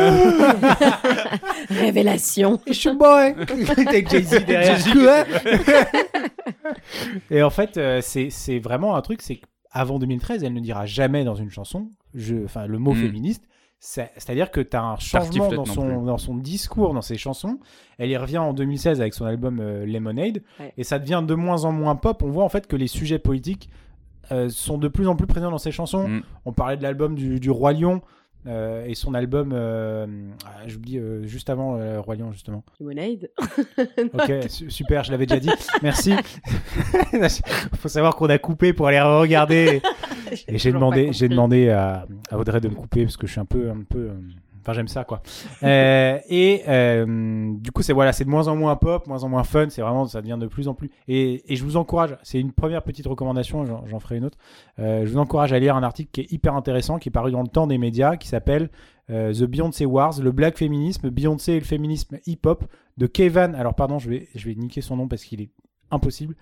Révélation. Je suis boy. Avec Jay-Z derrière. Et en fait c'est vraiment un truc, c'est qu'avant 2013 elle ne dira jamais dans une chanson le mot féministe. C'est-à-dire que tu as un changement dans son discours, dans ses chansons. Elle y revient en 2016 avec son album Lemonade. Et ça devient de moins en moins pop. On voit en fait que les sujets politiques sont de plus en plus présents dans ses chansons. On parlait de l'album du Roi Lion et son album, j'oublie juste avant Roi Lion justement. Lemonade. Ok, super, je l'avais déjà dit. Merci. Faut savoir qu'on a coupé pour aller regarder. Et j'ai demandé à Audrey de me couper parce que je suis un peu enfin j'aime ça quoi. Du coup c'est de moins en moins pop, moins en moins fun, c'est vraiment ça devient de plus en plus et je vous encourage, c'est une première petite recommandation, j'en ferai une autre. Je vous encourage à lire un article qui est hyper intéressant qui est paru dans le Temps des médias qui s'appelle The Beyoncé Wars, le black féminisme, Beyoncé et le féminisme hip-hop de Kevin. Alors pardon, je vais niquer son nom parce qu'il est impossible.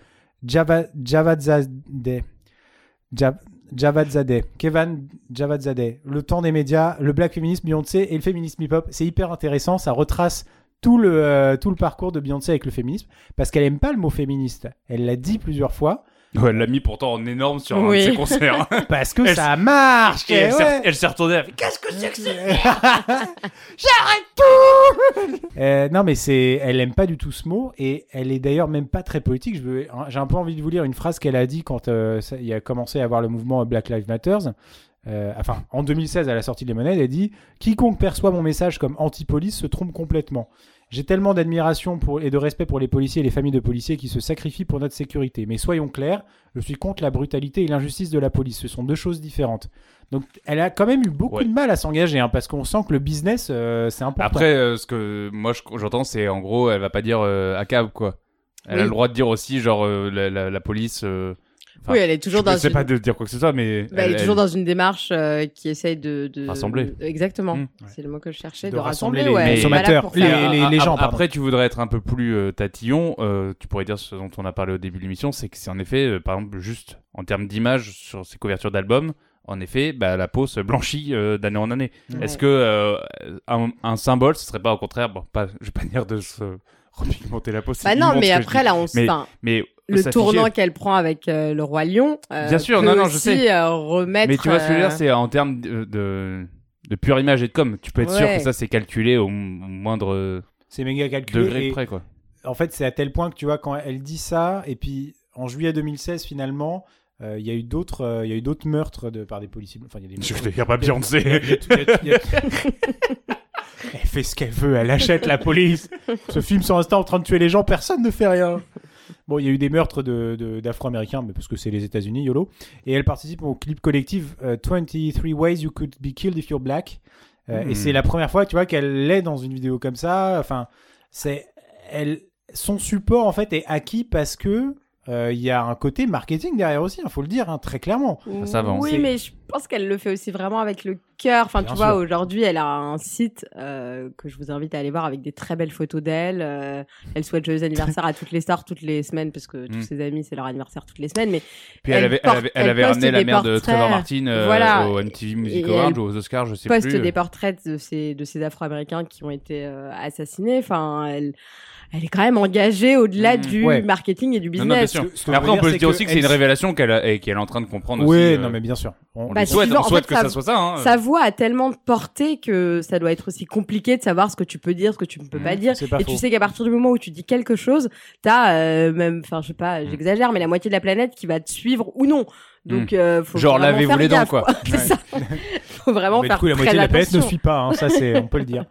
Javadzadeh, Kevin Javadzadeh, le Temps des médias, le black féminisme, Beyoncé et le féminisme hip-hop. C'est hyper intéressant, ça retrace tout le parcours de Beyoncé avec le féminisme, parce qu'elle aime pas le mot féministe. Elle l'a dit plusieurs fois, Ouais, elle l'a mis pourtant en énorme sur un de ses concerts. Parce que ça marche. Et elle s'est retournée, elle a fait, qu'est-ce que c'est que c'est? J'arrête tout. Non mais elle aime pas du tout ce mot et elle est d'ailleurs même pas très politique. J'ai un peu envie de vous lire une phrase qu'elle a dit quand il a commencé à avoir le mouvement Black Lives Matter. En 2016 à la sortie de Lemonade, elle dit « Quiconque perçoit mon message comme anti-police se trompe complètement. J'ai tellement d'admiration et de respect pour les policiers et les familles de policiers qui se sacrifient pour notre sécurité. Mais soyons clairs, je suis contre la brutalité et l'injustice de la police. Ce sont deux choses différentes. » Donc elle a quand même eu beaucoup de mal à s'engager parce qu'on sent que le business, c'est important. Après, ce que moi j'entends, c'est en gros, elle va pas dire à cab, quoi. Elle a le droit de dire aussi, genre, la police... oui, elle est toujours dans. Je sais pas de dire quoi que ce soit, mais elle est toujours dans une démarche qui essaye de rassembler. Exactement. C'est le mot que je cherchais. De rassembler les consommateurs, les gens. Après, tu voudrais être un peu plus tatillon. Tu pourrais dire ce dont on a parlé au début de l'émission, c'est que c'est en effet, par exemple, juste en termes d'image sur ces couvertures d'albums, en effet, la peau se blanchit d'année en année. Ouais. Est-ce que un symbole, ce serait pas au contraire, je vais pas dire de se repigmenter la peau. Non, mais après là, mais le tournant qu'elle prend avec le Roi Lion. Bien sûr, non, je sais. Remettre. Mais tu vois ce que je veux dire, c'est en termes de pure image et de com. Tu peux être sûr que ça c'est calculé au moindre. C'est méga calculé. Degré près, quoi. En fait, c'est à tel point que tu vois quand elle dit ça, et puis en juillet 2016 finalement. Il y a eu d'autres meurtres par des policiers. Enfin, il y a des meurtres. Je ne dis pas Beyoncé. Elle fait ce qu'elle veut, elle achète la police. Ce film sur Insta en train de tuer les gens, personne ne fait rien. Bon, il y a eu des meurtres d'Afro-Américains, mais parce que c'est les États-Unis, YOLO. Et elle participe au clip collectif 23 Ways You Could Be Killed If You're Black. Et c'est la première fois, tu vois, qu'elle l'est dans une vidéo comme ça. Enfin, son support en fait est acquis parce que il y a un côté marketing derrière aussi, faut le dire, très clairement. Ça va. Oui, mais je pense qu'elle le fait aussi vraiment avec le cœur. Enfin, tu vois, aujourd'hui, elle a un site que je vous invite à aller voir avec des très belles photos d'elle. Elle souhaite joyeux anniversaire à toutes les stars toutes les semaines parce que tous ses amis, c'est leur anniversaire toutes les semaines. Mais puis elle avait ramené la mère de Trevor Martin au MTV Music Awards ou aux Oscars, je sais plus. Poste des portraits de ces Afro-Américains qui ont été assassinés. Enfin, elle est quand même engagée au-delà du marketing et du business. Non, bien sûr. Mais après, on peut se dire aussi que c'est une révélation qu'elle est en train de comprendre aussi. Oui, non, mais bien sûr. On souhaite que ça soit ça. Hein. Sa voix a tellement de portée que ça doit être aussi compliqué de savoir ce que tu peux dire, ce que tu ne peux pas dire. Et tu sais qu'à partir du moment où tu dis quelque chose, t'as je sais pas, j'exagère, mais la moitié de la planète qui va te suivre ou non. Donc, faut genre lavez-vous les dents, quoi. C'est ça. Faut vraiment faire très attention. La moitié de la planète ne suit pas, ça on peut le dire.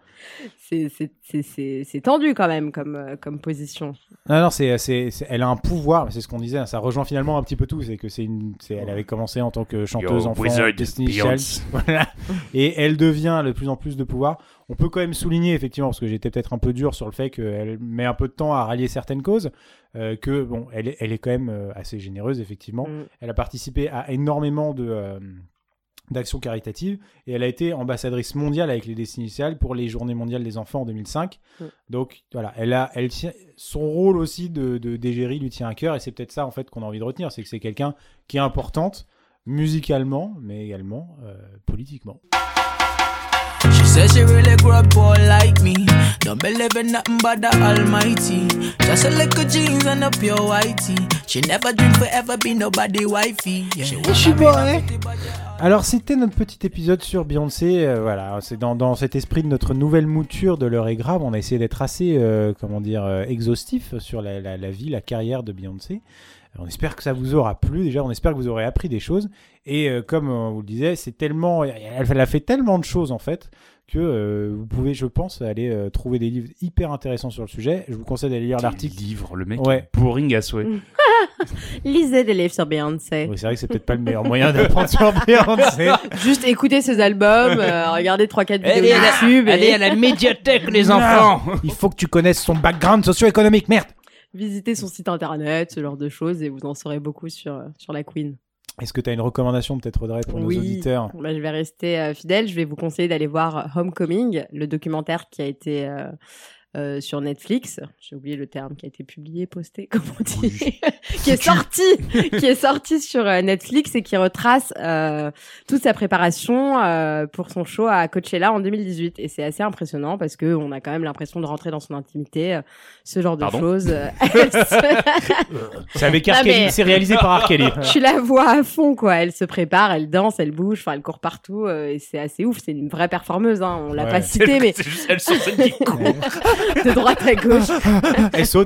C'est tendu quand même comme position. Non, elle a un pouvoir, c'est ce qu'on disait, ça rejoint finalement un petit peu tout, c'est que elle avait commencé en tant que chanteuse enfant Destiny Child, voilà, et elle devient de plus en plus de pouvoir. On peut quand même souligner effectivement, parce que j'étais peut-être un peu dur sur le fait qu'elle met un peu de temps à rallier certaines causes, que bon, elle est quand même assez généreuse effectivement. Elle a participé à énormément d'actions caritatives et elle a été ambassadrice mondiale avec les Destiny Child pour les Journées mondiales des enfants en 2005. Donc voilà, son rôle aussi d'égérie lui tient à cœur et c'est peut-être ça en fait qu'on a envie de retenir, c'est que c'est quelqu'un qui est importante musicalement mais également politiquement. She says she really grew up poor like me. Don't believe in nothing but the Almighty. Just a little jeans and a pure whitey. She never dreamed forever be nobody wifey. Alors c'était notre petit épisode sur Beyoncé, voilà, c'est dans cet esprit de notre nouvelle mouture de l'heure est grave, on a essayé d'être assez, exhaustif sur la vie, la carrière de Beyoncé. On espère que ça vous aura plu, déjà on espère que vous aurez appris des choses, et comme on vous le disait, elle a fait tellement de choses en fait, que vous pouvez, je pense, aller trouver des livres hyper intéressants sur le sujet. Je vous conseille d'aller lire l'article. Le mec est boring à souhait. Lisez des livres sur Beyoncé. Oui, c'est vrai que c'est peut-être pas le meilleur moyen d'apprendre sur Beyoncé. Juste écoutez ses albums, regardez 3-4 vidéos YouTube. Allez à la médiathèque, les enfants. Il faut que tu connaisses son background socio-économique, merde. Visitez son site internet, ce genre de choses, et vous en saurez beaucoup sur la Queen. Est-ce que tu as une recommandation peut-être, Audrey, pour nos auditeurs ? Je vais rester fidèle. Je vais vous conseiller d'aller voir Homecoming, le documentaire qui a été sur Netflix. J'ai oublié le terme qui a été publié, posté, comme on dit, qui est sorti sur Netflix et qui retrace toute sa préparation pour son show à Coachella en 2018. Et c'est assez impressionnant parce que on a quand même l'impression de rentrer dans son intimité, ce genre de choses. C'est avec R. Kelly, c'est réalisé par R. Kelly. Tu la vois à fond, quoi. Elle se prépare, elle danse, elle bouge, enfin, elle court partout, et c'est assez ouf. C'est une vraie performeuse, hein. On l'a pas cité, mais c'est juste elle sur scène qui court. de droite à gauche. Elle saute.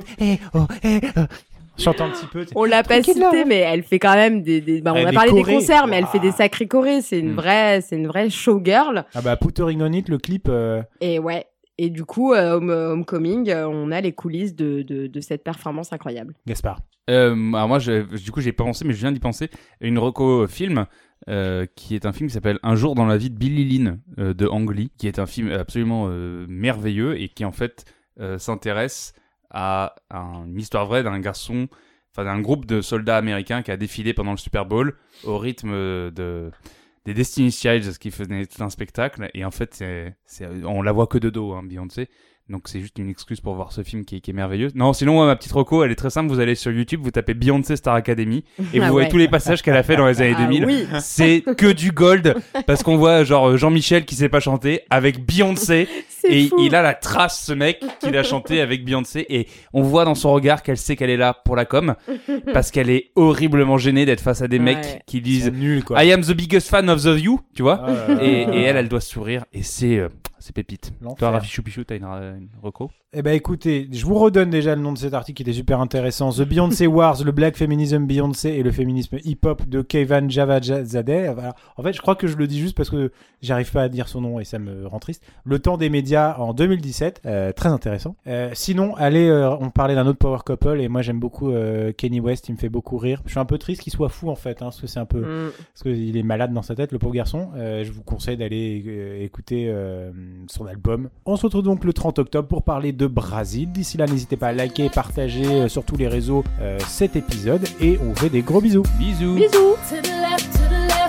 Chante un petit peu. On l'a pas cité, mais elle fait quand même on a parlé des concerts, mais elle fait des sacrés chorés. C'est une vraie showgirl. Ah bah, Put Her in It, le clip. Et ouais. Et du coup, Homecoming, on a les coulisses de cette performance incroyable. Gaspard. Alors moi, du coup, j'ai pas pensé, mais je viens d'y penser. Une reco film, qui est un film qui s'appelle Un jour dans la vie de Billy Lynn, de Ang Lee, qui est un film absolument merveilleux et qui en fait s'intéresse à une histoire vraie d'un groupe de soldats américains qui a défilé pendant le Super Bowl au rythme des Destiny's Child, qui faisaient tout un spectacle, et en fait on la voit que de dos, hein, Beyoncé, donc c'est juste une excuse pour voir ce film qui est merveilleux. Non, sinon ma petite reco, elle est très simple, vous allez sur YouTube, vous tapez Beyoncé Star Academy et vous voyez tous les passages qu'elle a fait dans les années 2000. Oui. C'est que du gold, parce qu'on voit genre Jean-Michel qui sait pas chanter avec Beyoncé. Et il a la trace, ce mec, qu'il a chanté avec Beyoncé, et on voit dans son regard qu'elle sait qu'elle est là pour la com, parce qu'elle est horriblement gênée d'être face à des mecs qui disent nul, quoi. I am the biggest fan of the You, tu vois, et elle doit sourire, et c'est pépite. Toi, Rafi Choupichou, t'as une reco? Eh ben écoutez, je vous redonne déjà le nom de cet article qui était super intéressant. The Beyoncé Wars, le Black Feminism Beyoncé et le féminisme hip-hop de Keivan Javadzadeh. Alors, en fait, je crois que je le dis juste parce que j'arrive pas à dire son nom et ça me rend triste. Le temps des médias en 2017, très intéressant. Sinon, allez, on parlait d'un autre power couple et moi j'aime beaucoup Kanye West, il me fait beaucoup rire. Je suis un peu triste qu'il soit fou en fait, hein, parce que c'est un peu, parce qu'il est malade dans sa tête, le pauvre garçon. Je vous conseille d'aller écouter son album. On se retrouve donc le 30 octobre pour parler de Brésil. D'ici là, n'hésitez pas à liker, partager sur tous les réseaux cet épisode et on vous fait des gros bisous. Bisous. Bisous. To the left, to the left.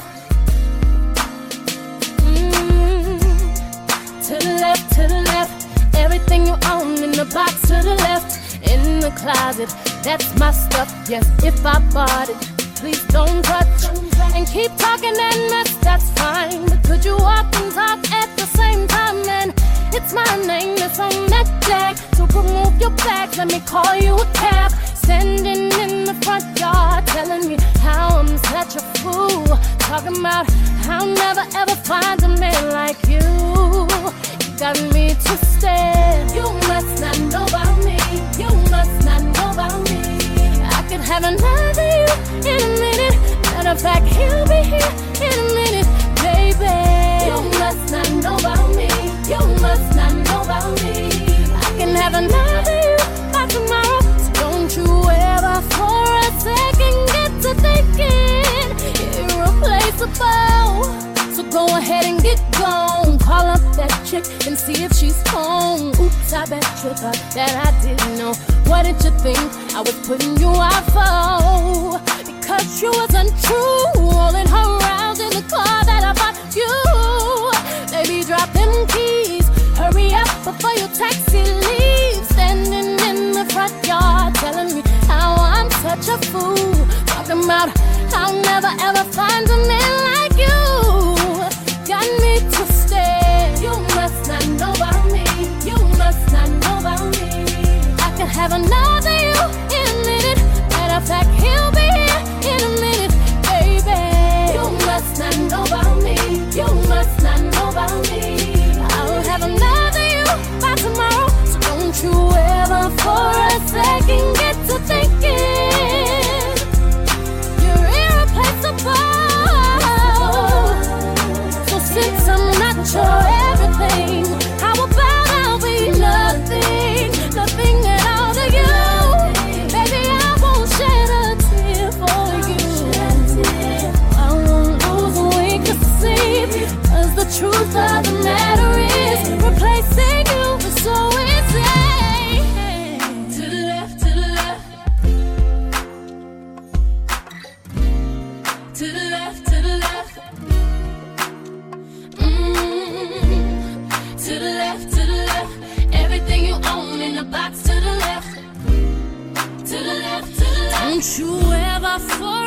To the left, to the left. Everything you own in the box to the left. In the closet, that's my stuff. Yes, if I bought it, please don't touch. And keep talking and that's fine. But could you walk and talk at the same time? And it's my name that's on that tag. So remove your bags, let me call you a cab. Standing in the front yard, telling me how I'm such a fool. Talking about how I'll never ever find a man like you. You got me twisted. You must not know about me. You must not know about me. I could have another you in a minute. Matter of fact, he'll be here in a minute, baby. You must not know about me. You must not know about me. I can have another you by tomorrow. So don't you ever for a second get to thinking irreplaceable. So go ahead and get gone. Call up that chick and see if she's home. Oops, I bet you thought that I didn't know. What did you think I was putting you out for? Because you was untrue, rolling her around in the car that I bought you. Baby, drop them keys, hurry up before your taxi leaves. Standing in the front yard, telling me how I'm such a fool. Talking about how I'll never ever find a man like you. Got me twisted. You must not know about me. You must not know about me. I could have another you in a minute. Matter of fact, he'll be here in a minute, baby. You must not know about me. You must not know about me. I'll have another you by tomorrow. So don't you ever for a second get to thinking you're irreplaceable. So since I'm not your everything, how about I'll be nothing, nothing at all to you? Baby, I won't shed a tear for you. I won't lose a wink of sleep, 'cause the truth of the matter is replacing you is so easy. To the left, to the left. To the left, to the left. To the left, to the left. Everything you own in the box to the left, to the left, to the left. Don't you ever forget.